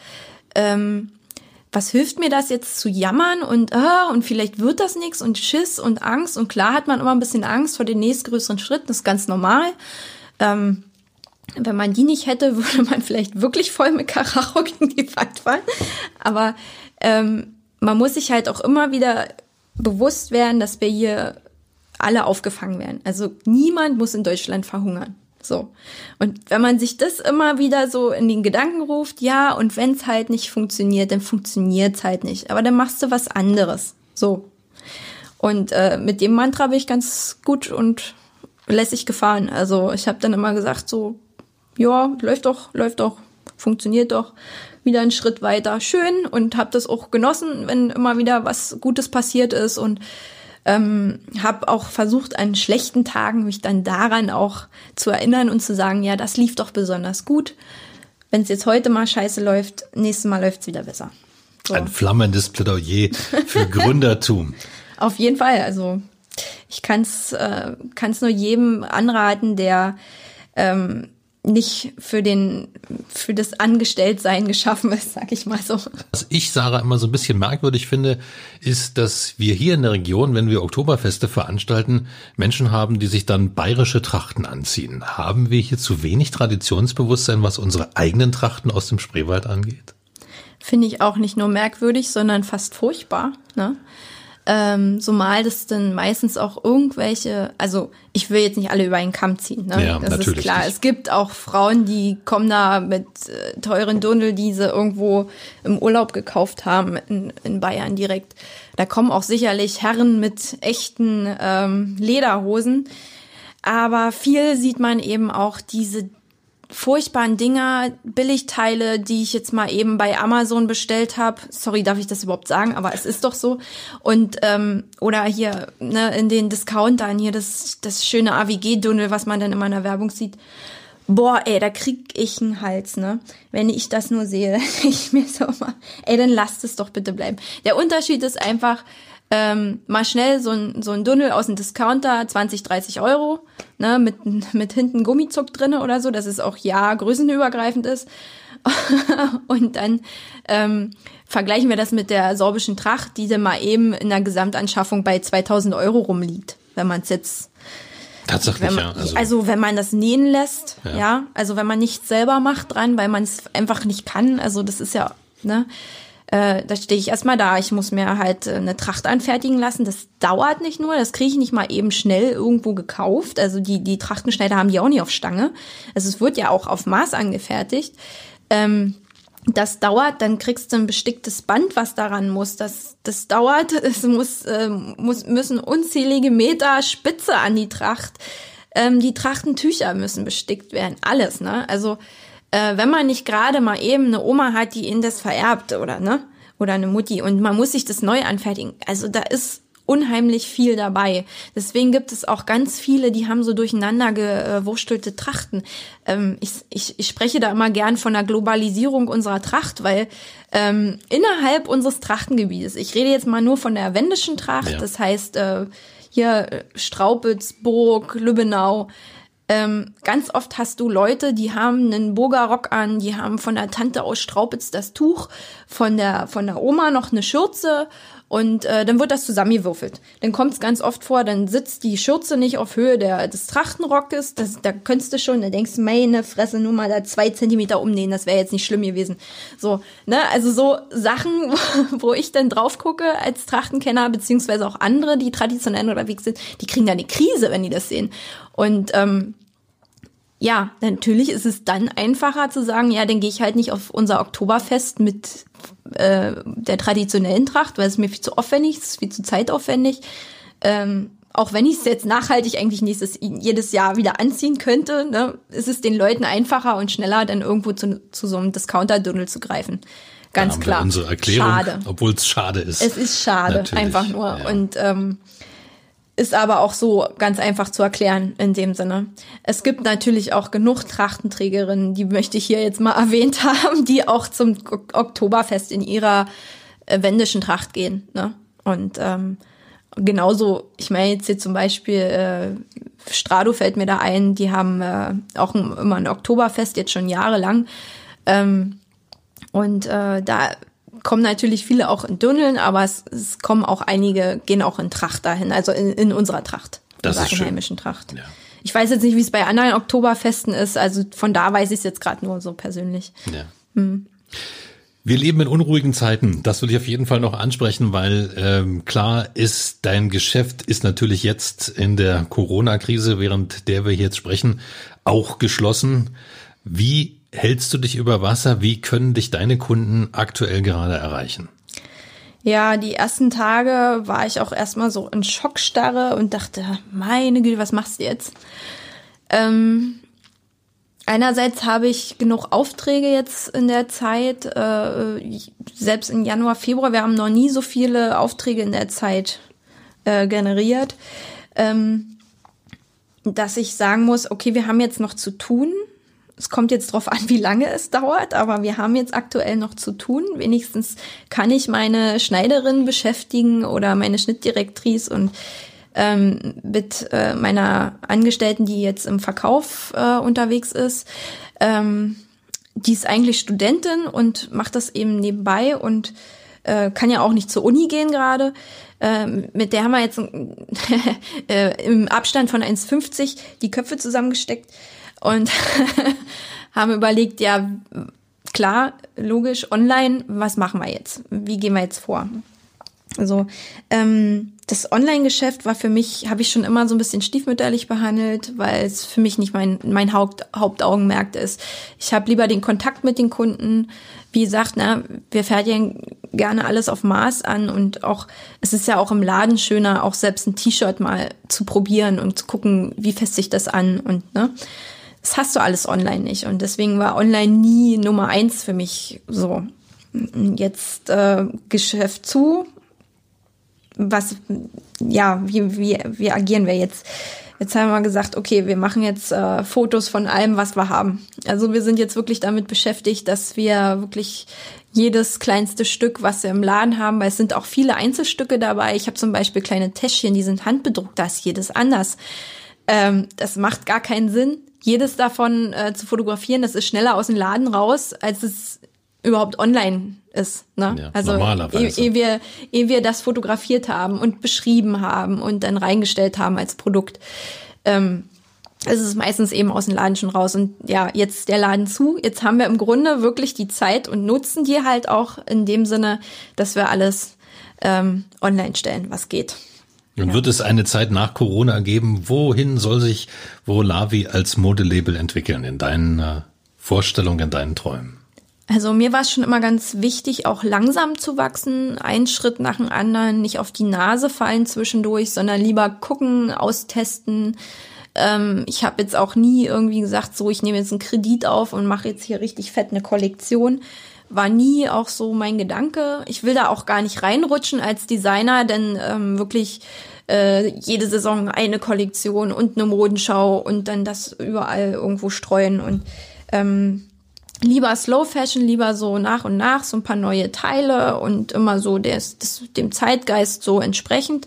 was hilft mir das jetzt zu jammern und vielleicht wird das nichts und Schiss und Angst. Und klar hat man immer ein bisschen Angst vor den nächstgrößeren Schritten, das ist ganz normal. Wenn man die nicht hätte, würde man vielleicht wirklich voll mit Karacho gegen die Wand fallen. Aber man muss sich halt auch immer wieder bewusst werden, dass wir hier alle aufgefangen werden. Also niemand muss in Deutschland verhungern. So. Und wenn man sich das immer wieder so in den Gedanken ruft, ja, und wenn es halt nicht funktioniert, dann funktioniert es halt nicht. Aber dann machst du was anderes. So. Und mit dem Mantra bin ich ganz gut und lässig gefahren. Also ich habe dann immer gesagt so, ja, läuft doch, funktioniert doch. Wieder einen Schritt weiter. Schön. Und habe das auch genossen, wenn immer wieder was Gutes passiert ist. Und habe auch versucht, an schlechten Tagen mich dann daran auch zu erinnern und zu sagen, ja, das lief doch besonders gut. Wenn es jetzt heute mal scheiße läuft, nächstes Mal läuft es wieder besser. So. Ein flammendes Plädoyer für Gründertum. Auf jeden Fall. Also ich kann's nur jedem anraten, der nicht für das Angestelltsein geschaffen ist, sag ich mal so. Was ich, Sarah, immer so ein bisschen merkwürdig finde, ist, dass wir hier in der Region, wenn wir Oktoberfeste veranstalten, Menschen haben, die sich dann bayerische Trachten anziehen. Haben wir hier zu wenig Traditionsbewusstsein, was unsere eigenen Trachten aus dem Spreewald angeht? Finde ich auch nicht nur merkwürdig, sondern fast furchtbar, ne? Zumal das dann meistens auch irgendwelche, also ich will jetzt nicht alle über einen Kamm ziehen, ne? Ja, das ist klar. Nicht. Es gibt auch Frauen, die kommen da mit teuren Dirndl, die sie irgendwo im Urlaub gekauft haben, in Bayern direkt. Da kommen auch sicherlich Herren mit echten Lederhosen. Aber viel sieht man eben auch diese furchtbaren Dinger, Billigteile, die ich jetzt mal eben bei Amazon bestellt habe. Sorry, darf ich das überhaupt sagen? Aber es ist doch so. Und oder hier in den Discountern hier das schöne AWG-Dunnel, was man dann immer in der Werbung sieht. Boah, ey, da krieg ich einen Hals, ne? Wenn ich das nur sehe, dann denke ich mir so mal, ey, dann lasst es doch bitte bleiben. Der Unterschied ist einfach, mal schnell so ein Dunnel aus dem Discounter, 20, 30 Euro, ne, mit hinten Gummizuck drinne oder so, dass es auch größenübergreifend ist. Und dann vergleichen wir das mit der sorbischen Tracht, die dann mal eben in der Gesamtanschaffung bei 2000 Euro rumliegt, wenn man es jetzt tatsächlich, also wenn man das nähen lässt, ja, also wenn man nichts selber macht dran, weil man es einfach nicht kann, also das ist ja, ne, da stehe ich erstmal da, ich muss mir halt eine Tracht anfertigen lassen, das dauert nicht nur, das kriege ich nicht mal eben schnell irgendwo gekauft, also die Trachtenschneider haben die auch nicht auf Stange, also es wird ja auch auf Maß angefertigt, das dauert, dann kriegst du ein besticktes Band, was daran muss, das dauert, es müssen unzählige Meter Spitze an die Tracht, die Trachtentücher müssen bestickt werden, alles, ne, also wenn man nicht gerade mal eben eine Oma hat, die ihnen das vererbt oder eine Mutti und man muss sich das neu anfertigen. Also da ist unheimlich viel dabei. Deswegen gibt es auch ganz viele, die haben so durcheinander gewurstelte Trachten. Ich spreche da immer gern von der Globalisierung unserer Tracht, weil innerhalb unseres Trachtengebietes, ich rede jetzt mal nur von der wendischen Tracht, das heißt hier Straupitz, Burg, Lübbenau, ganz oft hast du Leute, die haben einen Burgerrock an, die haben von der Tante aus Straupitz das Tuch, von der Oma noch eine Schürze und dann wird das zusammengewürfelt. Dann kommt es ganz oft vor, dann sitzt die Schürze nicht auf Höhe des Trachtenrockes, da könntest du schon, da denkst du, meine Fresse, nur mal da 2 Zentimeter umnähen, das wäre jetzt nicht schlimm gewesen. So, ne, also so Sachen, wo ich dann drauf gucke als Trachtenkenner, beziehungsweise auch andere, die traditionell unterwegs sind, die kriegen da eine Krise, wenn die das sehen. Und ja, natürlich ist es dann einfacher zu sagen, ja, dann gehe ich halt nicht auf unser Oktoberfest mit der traditionellen Tracht, weil es mir viel zu aufwendig ist, viel zu zeitaufwendig. Auch wenn ich es jetzt nachhaltig eigentlich jedes Jahr wieder anziehen könnte, ne, ist es den Leuten einfacher und schneller, dann irgendwo zu so einem Discounter-Dunnel zu greifen. Ganz klar. Unsere Erklärung, schade. Obwohl es schade ist. Es ist schade, natürlich, einfach nur. Ja. Und ist aber auch so ganz einfach zu erklären in dem Sinne. Es gibt natürlich auch genug Trachtenträgerinnen, die möchte ich hier jetzt mal erwähnt haben, die auch zum Oktoberfest in ihrer wendischen Tracht gehen, ne? Und genauso, ich meine jetzt hier zum Beispiel Strado fällt mir da ein, die haben auch immer ein Oktoberfest, jetzt schon jahrelang. Und da kommen natürlich viele auch in Dünneln, aber es kommen auch einige, gehen auch in Tracht dahin, also in unserer Tracht. Das ist schön. Einheimischen Tracht. Ja. Ich weiß jetzt nicht, wie es bei anderen Oktoberfesten ist, also von da weiß ich es jetzt gerade nur so persönlich. Ja. Wir leben in unruhigen Zeiten, das will ich auf jeden Fall noch ansprechen, weil klar ist, dein Geschäft ist natürlich jetzt in der Corona-Krise, während der wir jetzt sprechen, auch geschlossen. Wie hältst du dich über Wasser? Wie können dich deine Kunden aktuell gerade erreichen? Ja, die ersten Tage war ich auch erstmal so in Schockstarre und dachte, meine Güte, was machst du jetzt? Einerseits habe ich genug Aufträge jetzt in der Zeit, selbst in Januar, Februar, wir haben noch nie so viele Aufträge in der Zeit generiert, dass ich sagen muss, okay, wir haben jetzt noch zu tun. Es kommt jetzt drauf an, wie lange es dauert, aber wir haben jetzt aktuell noch zu tun. Wenigstens kann ich meine Schneiderin beschäftigen oder meine Schnittdirektrice und mit meiner Angestellten, die jetzt im Verkauf unterwegs ist. Die ist eigentlich Studentin und macht das eben nebenbei und kann ja auch nicht zur Uni gehen gerade. Mit der haben wir jetzt im Abstand von 1,50 die Köpfe zusammengesteckt. Und haben überlegt, ja, klar, logisch, online, was machen wir jetzt? Wie gehen wir jetzt vor? Also das Online-Geschäft war für mich, habe ich schon immer so ein bisschen stiefmütterlich behandelt, weil es für mich nicht mein Hauptaugenmerk ist. Ich habe lieber den Kontakt mit den Kunden. Wie gesagt, wir fertigen gerne alles auf Maß an und auch, es ist ja auch im Laden schöner, auch selbst ein T-Shirt mal zu probieren und zu gucken, wie fässt sich das an und das hast du alles online nicht. Und deswegen war online nie Nummer 1 für mich so. Jetzt Geschäft zu. Wie agieren wir jetzt? Jetzt haben wir gesagt, okay, wir machen jetzt Fotos von allem, was wir haben. Also wir sind jetzt wirklich damit beschäftigt, dass wir wirklich jedes kleinste Stück, was wir im Laden haben, weil es sind auch viele Einzelstücke dabei. Ich habe zum Beispiel kleine Täschchen, die sind handbedruckt, da ist jedes anders. Das macht gar keinen Sinn, jedes davon zu fotografieren. Das ist schneller aus dem Laden raus, als es überhaupt online ist. Ne? Ja, also normalerweise. Ehe wir das fotografiert haben und beschrieben haben und dann reingestellt haben als Produkt, ist es meistens eben aus dem Laden schon raus. Und ja, jetzt der Laden zu. Jetzt haben wir im Grunde wirklich die Zeit und nutzen die halt auch in dem Sinne, dass wir alles online stellen, was geht. Und wird es eine Zeit nach Corona geben? Wohin soll sich Volavi als Modelabel entwickeln in deinen Vorstellungen, in deinen Träumen? Also mir war es schon immer ganz wichtig, auch langsam zu wachsen, einen Schritt nach dem anderen, nicht auf die Nase fallen zwischendurch, sondern lieber gucken, austesten. Ich habe jetzt auch nie irgendwie gesagt, so ich nehme jetzt einen Kredit auf und mache jetzt hier richtig fett eine Kollektion. War nie auch so mein Gedanke. Ich will da auch gar nicht reinrutschen als Designer, denn wirklich jede Saison eine Kollektion und eine Modenschau und dann das überall irgendwo streuen und lieber Slow Fashion, lieber so nach und nach so ein paar neue Teile und immer so dem Zeitgeist so entsprechend.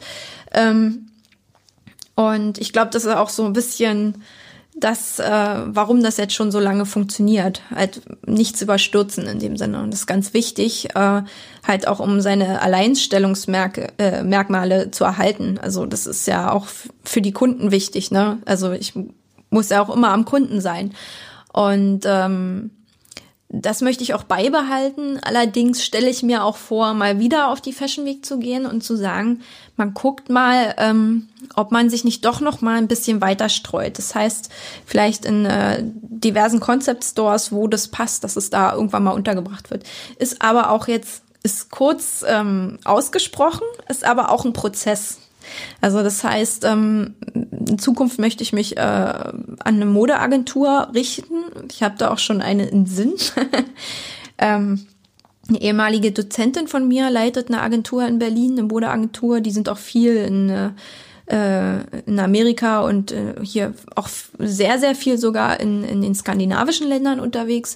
Und ich glaube, das ist auch so ein bisschen das, warum das jetzt schon so lange funktioniert. Halt nichts überstürzen in dem Sinne. Und das ist ganz wichtig, halt auch um seine Alleinstellungsmerkmale zu erhalten. Also das ist ja auch für die Kunden wichtig, ne? Also ich muss ja auch immer am Kunden sein. Und das möchte ich auch beibehalten. Allerdings stelle ich mir auch vor, mal wieder auf die Fashion Week zu gehen und zu sagen, man guckt mal, ob man sich nicht doch noch mal ein bisschen weiter streut. Das heißt, vielleicht in diversen Concept Stores, wo das passt, dass es da irgendwann mal untergebracht wird. Ist aber auch jetzt, ist kurz ausgesprochen, ist aber auch ein Prozess. Also das heißt, in Zukunft möchte ich mich an eine Modeagentur richten. Ich habe da auch schon eine in Sinn. Eine ehemalige Dozentin von mir leitet eine Agentur in Berlin, eine Modeagentur. Die sind auch viel in Amerika und hier auch sehr, sehr viel sogar in den skandinavischen Ländern unterwegs.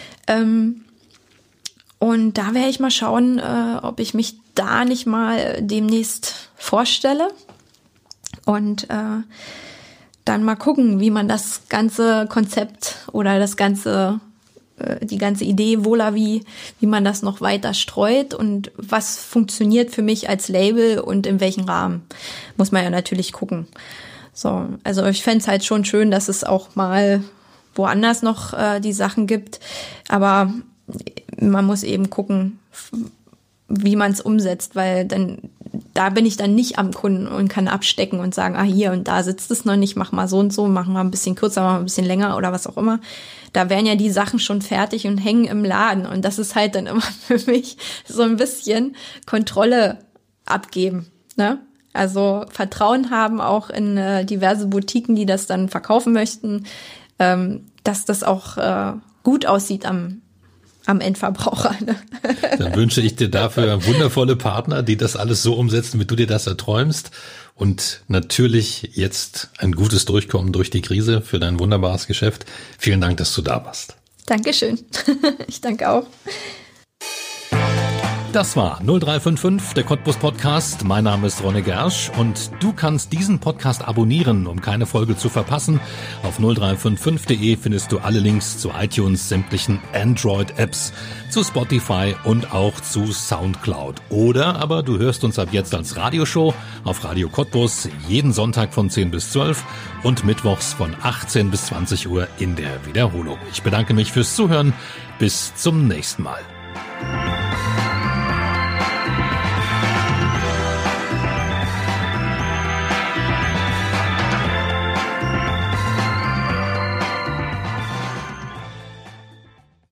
Und da werde ich mal schauen, ob ich mich da nicht mal demnächst vorstelle und dann mal gucken, wie man das ganze Konzept oder die ganze Idee Volavi, wie man das noch weiter streut und was funktioniert für mich als Label und in welchem Rahmen, muss man ja natürlich gucken. So, also ich fände es halt schon schön, dass es auch mal woanders noch die Sachen gibt, aber man muss eben gucken, wie man es umsetzt, weil da bin ich dann nicht am Kunden und kann abstecken und sagen, hier und da sitzt es noch nicht, mach mal so und so, machen wir ein bisschen kürzer, machen wir ein bisschen länger oder was auch immer. Da wären ja die Sachen schon fertig und hängen im Laden und das ist halt dann immer für mich so ein bisschen Kontrolle abgeben, ne? Also Vertrauen haben auch in diverse Boutiquen, die das dann verkaufen möchten, dass das auch gut aussieht am Endverbraucher. Ne? Dann wünsche ich dir dafür wundervolle Partner, die das alles so umsetzen, wie du dir das erträumst. Und natürlich jetzt ein gutes Durchkommen durch die Krise für dein wunderbares Geschäft. Vielen Dank, dass du da warst. Dankeschön. Ich danke auch. Das war 0355, der Cottbus Podcast. Mein Name ist Ronne Gersch und du kannst diesen Podcast abonnieren, um keine Folge zu verpassen. Auf 0355.de findest du alle Links zu iTunes, sämtlichen Android-Apps, zu Spotify und auch zu Soundcloud. Oder aber du hörst uns ab jetzt als Radioshow auf Radio Cottbus jeden Sonntag von 10 bis 12 und mittwochs von 18 bis 20 Uhr in der Wiederholung. Ich bedanke mich fürs Zuhören. Bis zum nächsten Mal.